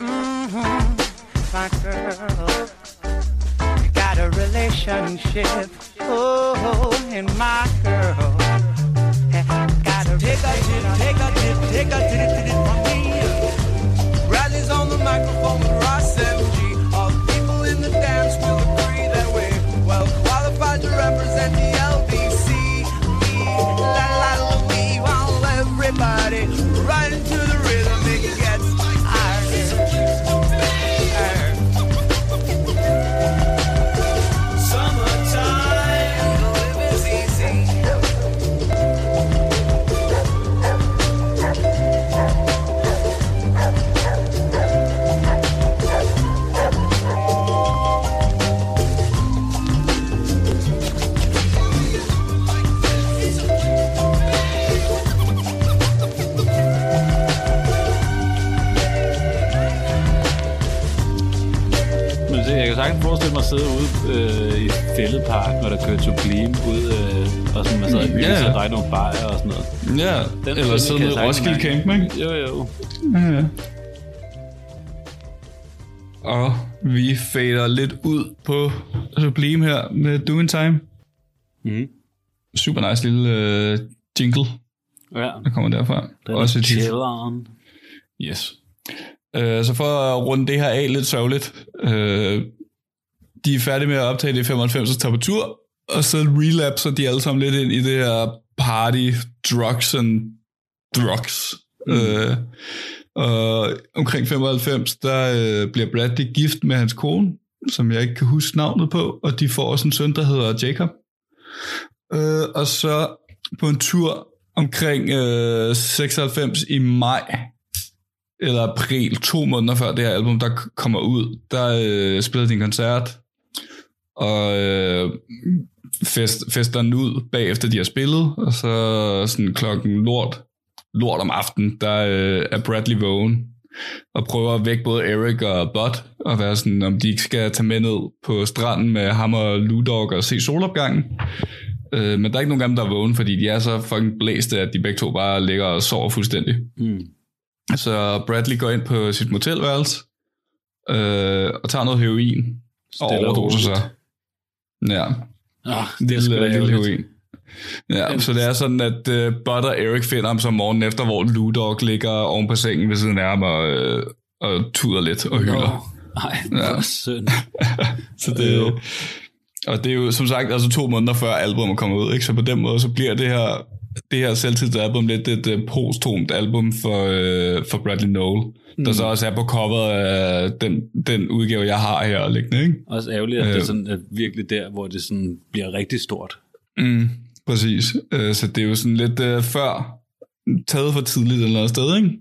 My girl, you got a relationship. Oh, and my girl, got a take a tip from me. Bradley's on the microphone with Ross MG. All the people in the dance will agree that we're well qualified to represent the LBC. La la la, we want everybody right into the rhythm. It gets higher. Summertime, live is easy. Jeg kan sagtens forestille mig at sidde ude i Fælledpark, når der kører Sublime ud, og sådan, man sidder og hygger sig og drikker nogle bajer og sådan noget. Ja, Den eller sidde kan med jeg Roskilde sagtens Camp, ikke? Jo. Ja. Og vi fader lidt ud på Sublime her med Doing Time. Mm. Super nice lille jingle, Ja, der kommer derfra. den Også er et hit. chilleren. Yes. Så for at runde det her af lidt sørgeligt. De er færdige med at optage det i 95's tapatur, og så relapser de alle sammen lidt ind i det her party, drugs. Og omkring 95, der bliver Bradley gift med hans kone, som jeg ikke kan huske navnet på, og de får også en søn, der hedder Jacob. Og så på en tur omkring 96 i maj, eller april, 2 måneder før det her album, der kommer ud, der spillede de en koncert, og fester den ud bagefter de har spillet, og så sådan klokken lort om aftenen, der er Bradley vågen, og prøver at vække både Eric og Bud, og være sådan, om de ikke skal tage med ned på stranden med ham og Lou Dog og se solopgangen. Men der er ikke nogen af dem, der er vågen, fordi de er så fucking blæste, at de begge to bare ligger og sover fuldstændig. Så Bradley går ind på sit motelværelse og tager noget heroin og overdoser sig. Ja. Lille heroin. Ja, så det er sådan, at Bud og Eric finder ham så morgenen efter, hvor Lou Dog ligger oven på sengen ved siden af ham og tuder lidt og hylder. Nej, hvor synd. Så det, og det er jo som sagt altså 2 måneder før albumet kommer ud, ikke? Så på den måde så bliver det her selvtidende album lidt et posthumt album for Bradley Nowell, der så også er på coveret af den udgave, jeg har her liggende, ikke? Også ærgerligt, at det er sådan, at virkelig der, hvor det sådan bliver rigtig stort. Præcis. Så det er jo sådan lidt før taget for tidligt et eller andet sted, ikke?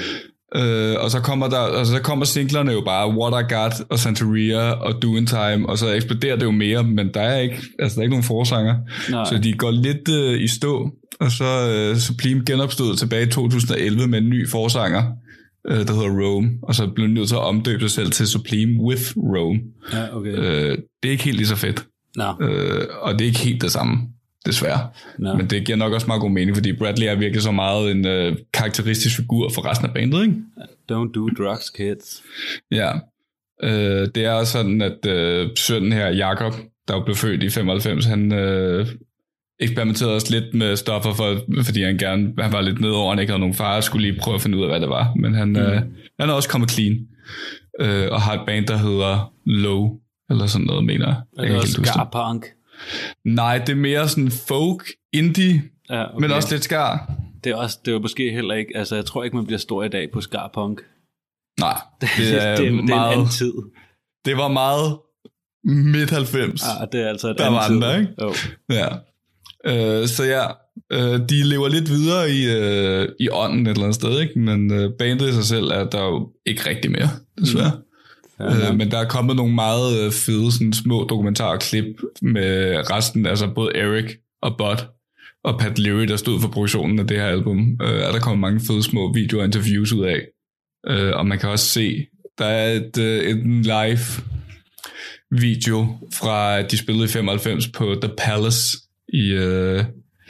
Og så kommer singlerne jo bare What I Got og Santeria og Doing Time, og så eksploderer det jo mere, men der er ikke nogen forsanger. Nej. Så de går lidt i stå, og så Sublime genopstod tilbage i 2011 med en ny forsanger, der hedder Rome, og så blev nødt til at omdøbe sig selv til Sublime with Rome. Ja, okay. Det er ikke helt lige så fedt. No. Og det er ikke helt det samme, desværre. No. Men det giver nok også meget god mening, fordi Bradley er virkelig så meget en karakteristisk figur for resten af bandet, ikke? Don't do drugs, kids. Ja. Det er sådan, at sønnen her, Jacob, der blev født i 95, han eksperimenterede også lidt med stoffer, fordi han var lidt nedover, han ikke havde nogen far, skulle lige prøve at finde ud af, hvad det var. Men han er også kommet clean, og har et band, der hedder Low, eller sådan noget, mener jeg. Er det også ska-punk? Nej, det er mere sådan folk, indie, ja, okay. Men også lidt ska. Det er jo måske heller ikke, altså jeg tror ikke, man bliver stor i dag på ska-punk. Nej, det er en anden tid. Det var meget midt-90. Ja, det er altså et der andet var tid. andre, ikke? Oh. Ja. Så ja, de lever lidt videre i ånden et eller andet sted, ikke? Men bandet i sig selv er der jo ikke rigtig mere, desværre. Men der er kommet nogle meget fede sådan, små dokumentarklip med resten, altså både Eric og Bud og Pat Leary, der stod for produktionen af det her album. Er der kommet mange fede små videoer og interviews ud af. Og man kan også se, der er et live video fra, de spillede i 95 på The Palace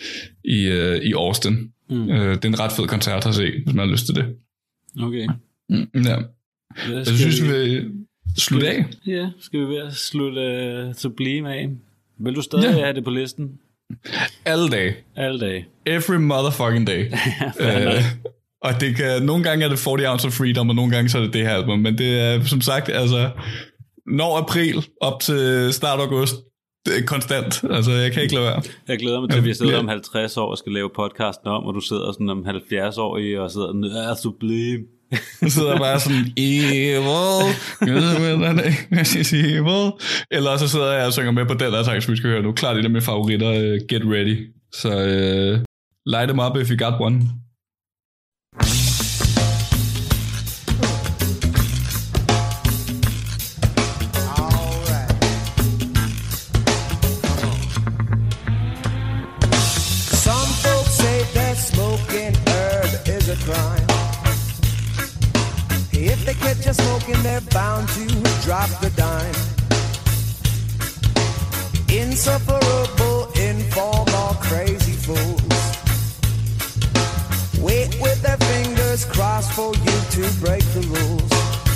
i Austin. Det er en ret fed koncert at se, hvis man har lyst til det. Okay. Ja. Jeg synes, vi vil slutte af. Ja, skal vi ved at slutte Sublime af. Vil du stadig have det på listen? Alle dage. Alle dage. Every motherfucking day. Og det kan, nogle gange er det 40 Ounce of Freedom, og nogle gange så er det det her album. Men det er som sagt, altså, når april op til start august, det er konstant. Altså, jeg kan ikke lade være. Jeg glæder mig til, at vi sidder om 50 år og skal lave podcasten om, og du sidder sådan om 70 år i og sidder Sublime. Jeg sidder bare sådan, evil, eller så sidder jeg og synger med på den der sang, som vi skal høre nu. Klart, det er mine favoritter, Get Ready. Så light them up if you got one. Some folks say that smoking herb is a crime. If they catch you smoking, they're bound to drop the dime. Insufferable, informal, crazy fools wait with their fingers crossed for you to break the rules.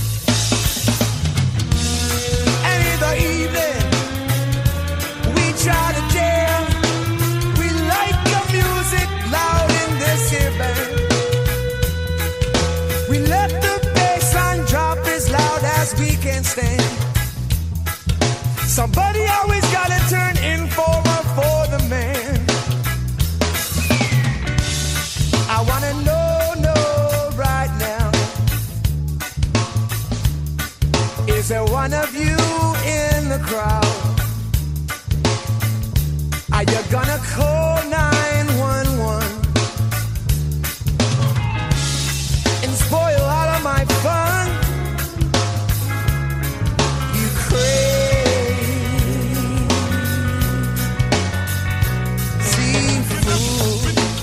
And in the evening, we try to jam. We like your music loud in this here band. We let the bassline drop as loud as we can stand. Somebody always gotta turn informer for the man. I wanna know right now, is there one of you in the crowd? Are you gonna call 911 and spoil all of my fun? You crazy fool.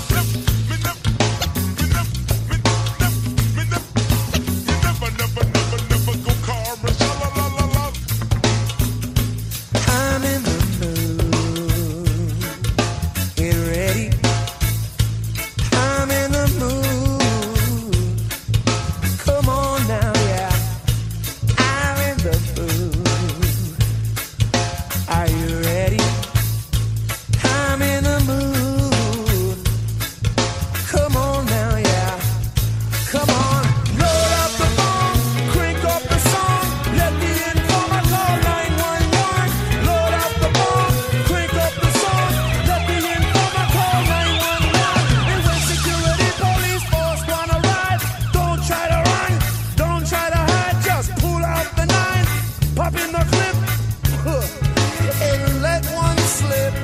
I'm in the mood. Get ready. I'm in the mood. Come on now, yeah. I'm in the mood. Are you ready? I'm in the mood. Come on now, yeah. Come on. Load up the phone, crank up the song. Let the informer call 911. Load up the phone, crank up the song. Let the informer call 911. And when security police force wanna ride, don't try to run, don't try to hide, just pull out the 9, pop in the clip, and let one slip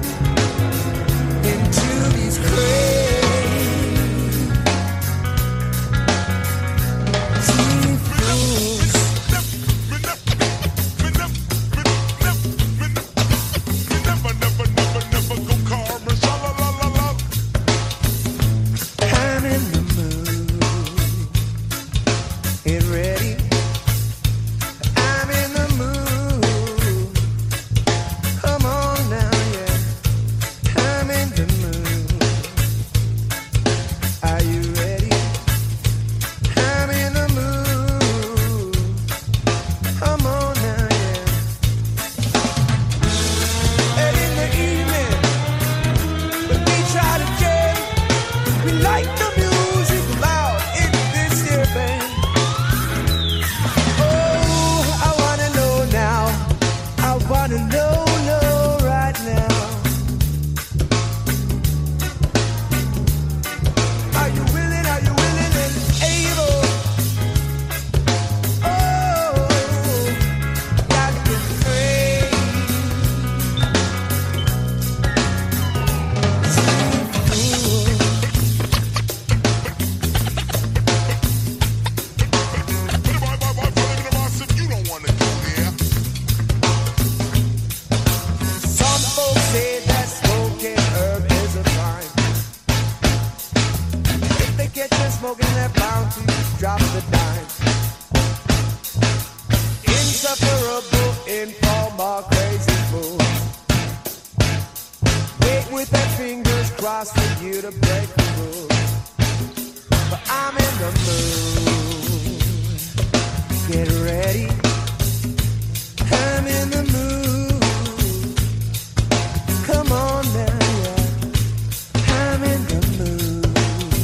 into these crazy fools. I'm in the mood. Get ready. I'm in the mood. Come on now, yeah. I'm in the mood. Are you ready? I'm in the mood. Come on now, yeah. And in the evening, when we try to jam, we like the music loud in this here band. Oh, I wanna know now. I wanna know right now. Are you willing and able? Oh, gotta get crazy. Some folks say that smoking herb is a crime. If they catch you smoking, they're bound to drop the dime. Insufferable, informal, crazy fool. Wait with their fingers crossed for you to break the rules. But I'm in the mood. Get ready. I'm in the mood. Come on now, yeah. I'm in the mood.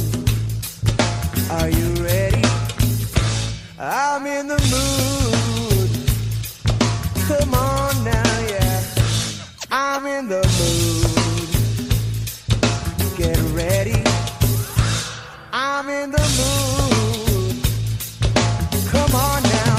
Are you ready? I'm in the mood. Come on now, yeah. I'm in the mood. Get ready. I'm in the mood. Come on now.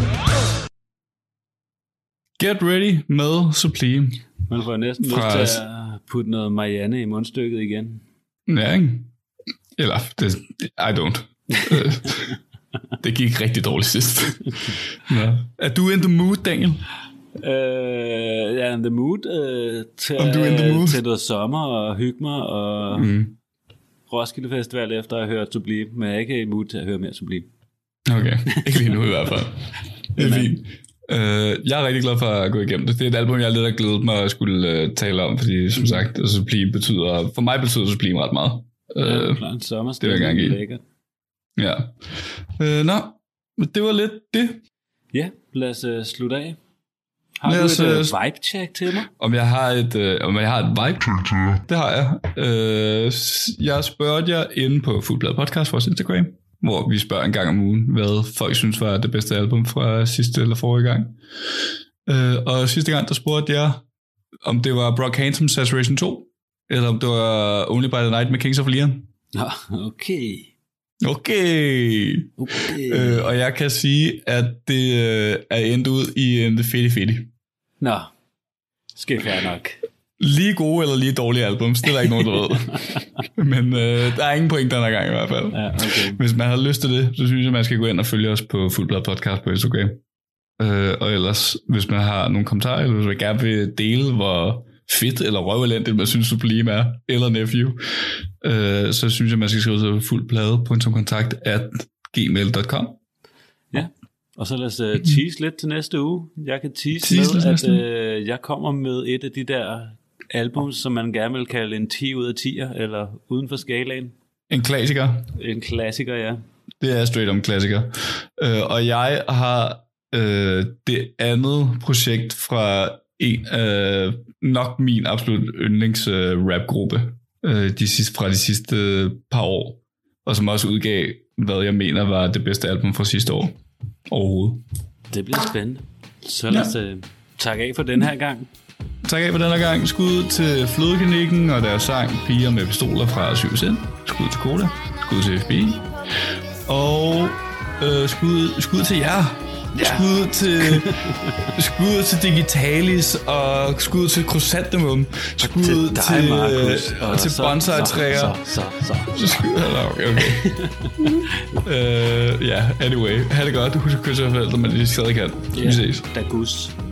Get Ready med Sublime. Man får næsten lyst til at putte noget Marianne i mundstykket igen. Ja, ikke? Eller, I don't. Det gik rigtig dårligt sidst. Ja. Er du in the mood, Daniel? Jeg er in the mood til noget sommer og hygge mig og Roskilde Festival efter at have hørt Sublime, men jeg er ikke i mood til at høre mere Sublime. Okay, ikke lige nu i hvert fald. Det er fint. Jeg er rigtig glad for at gå igennem det. Det er et album, jeg lidt har glædet mig at skulle tale om, fordi som sagt, Sublime betyder, for mig betyder Sublime ret meget. Klart, sommerstil, det vil jeg gerne give. Lækkert. Ja. Det var lidt det. Ja, lad os slutte af. Har du et vibe-check til mig? Om jeg har et vibe-check til dig? Det har jeg. Jeg spurgte jer inde på Fuldblad Podcast, vores Instagram, hvor vi spørger en gang om ugen, hvad folk synes var det bedste album fra sidste eller forrige gang. Og sidste gang, der spurgte jeg, om det var Brockhampton Saturation 2, eller om det var Only by the Night med Kings of Leon. Okay. Og jeg kan sige, at det er endt ud i en fedt. Nå, skal fair nok. Lige gode eller lige dårlige albums, det er der ikke nogen, der ved. Men der er ingen point den her gang i hvert fald. Ja, okay. Hvis man har lyst til det, så synes jeg, man skal gå ind og følge os på Fuldblad Podcast på Instagram. Og ellers, hvis man har nogle kommentarer, eller hvis man gerne vil dele, hvor fedt eller røvelendigt man synes Sublime er, eller Nephew, så synes jeg, man skal skrive til fuldplade.kontakt@gmail.com. Ja, og så lad os tease lidt til næste uge. Jeg kan tease med, at jeg kommer med et af de der albums, som man gerne vil kalde en 10 ud af 10'er, eller uden for skalaen. En klassiker. En klassiker, ja. Det er straight on klassiker. Og jeg har det andet projekt fra en af nok min absolut yndlings rapgruppe fra de sidste par år, og som også udgav, hvad jeg mener var det bedste album fra sidste år overhovedet. Det bliver spændende. Så lad os takke af for den her gang. Tak af for den her gang. Skud til Flødeklinikken og deres sang Piger med pistoler fra 7 Sind. Skud til Koda. Skud til FBI. Og skud til jer. Ja. Skud til Digitalis og skud til Chrysanthemum. Skud til bonsai-træer. Okay. Ja, anyway. Ha' det godt. Husk at kysse jer forældre, men I stadig kan. Vi ses. Da gus.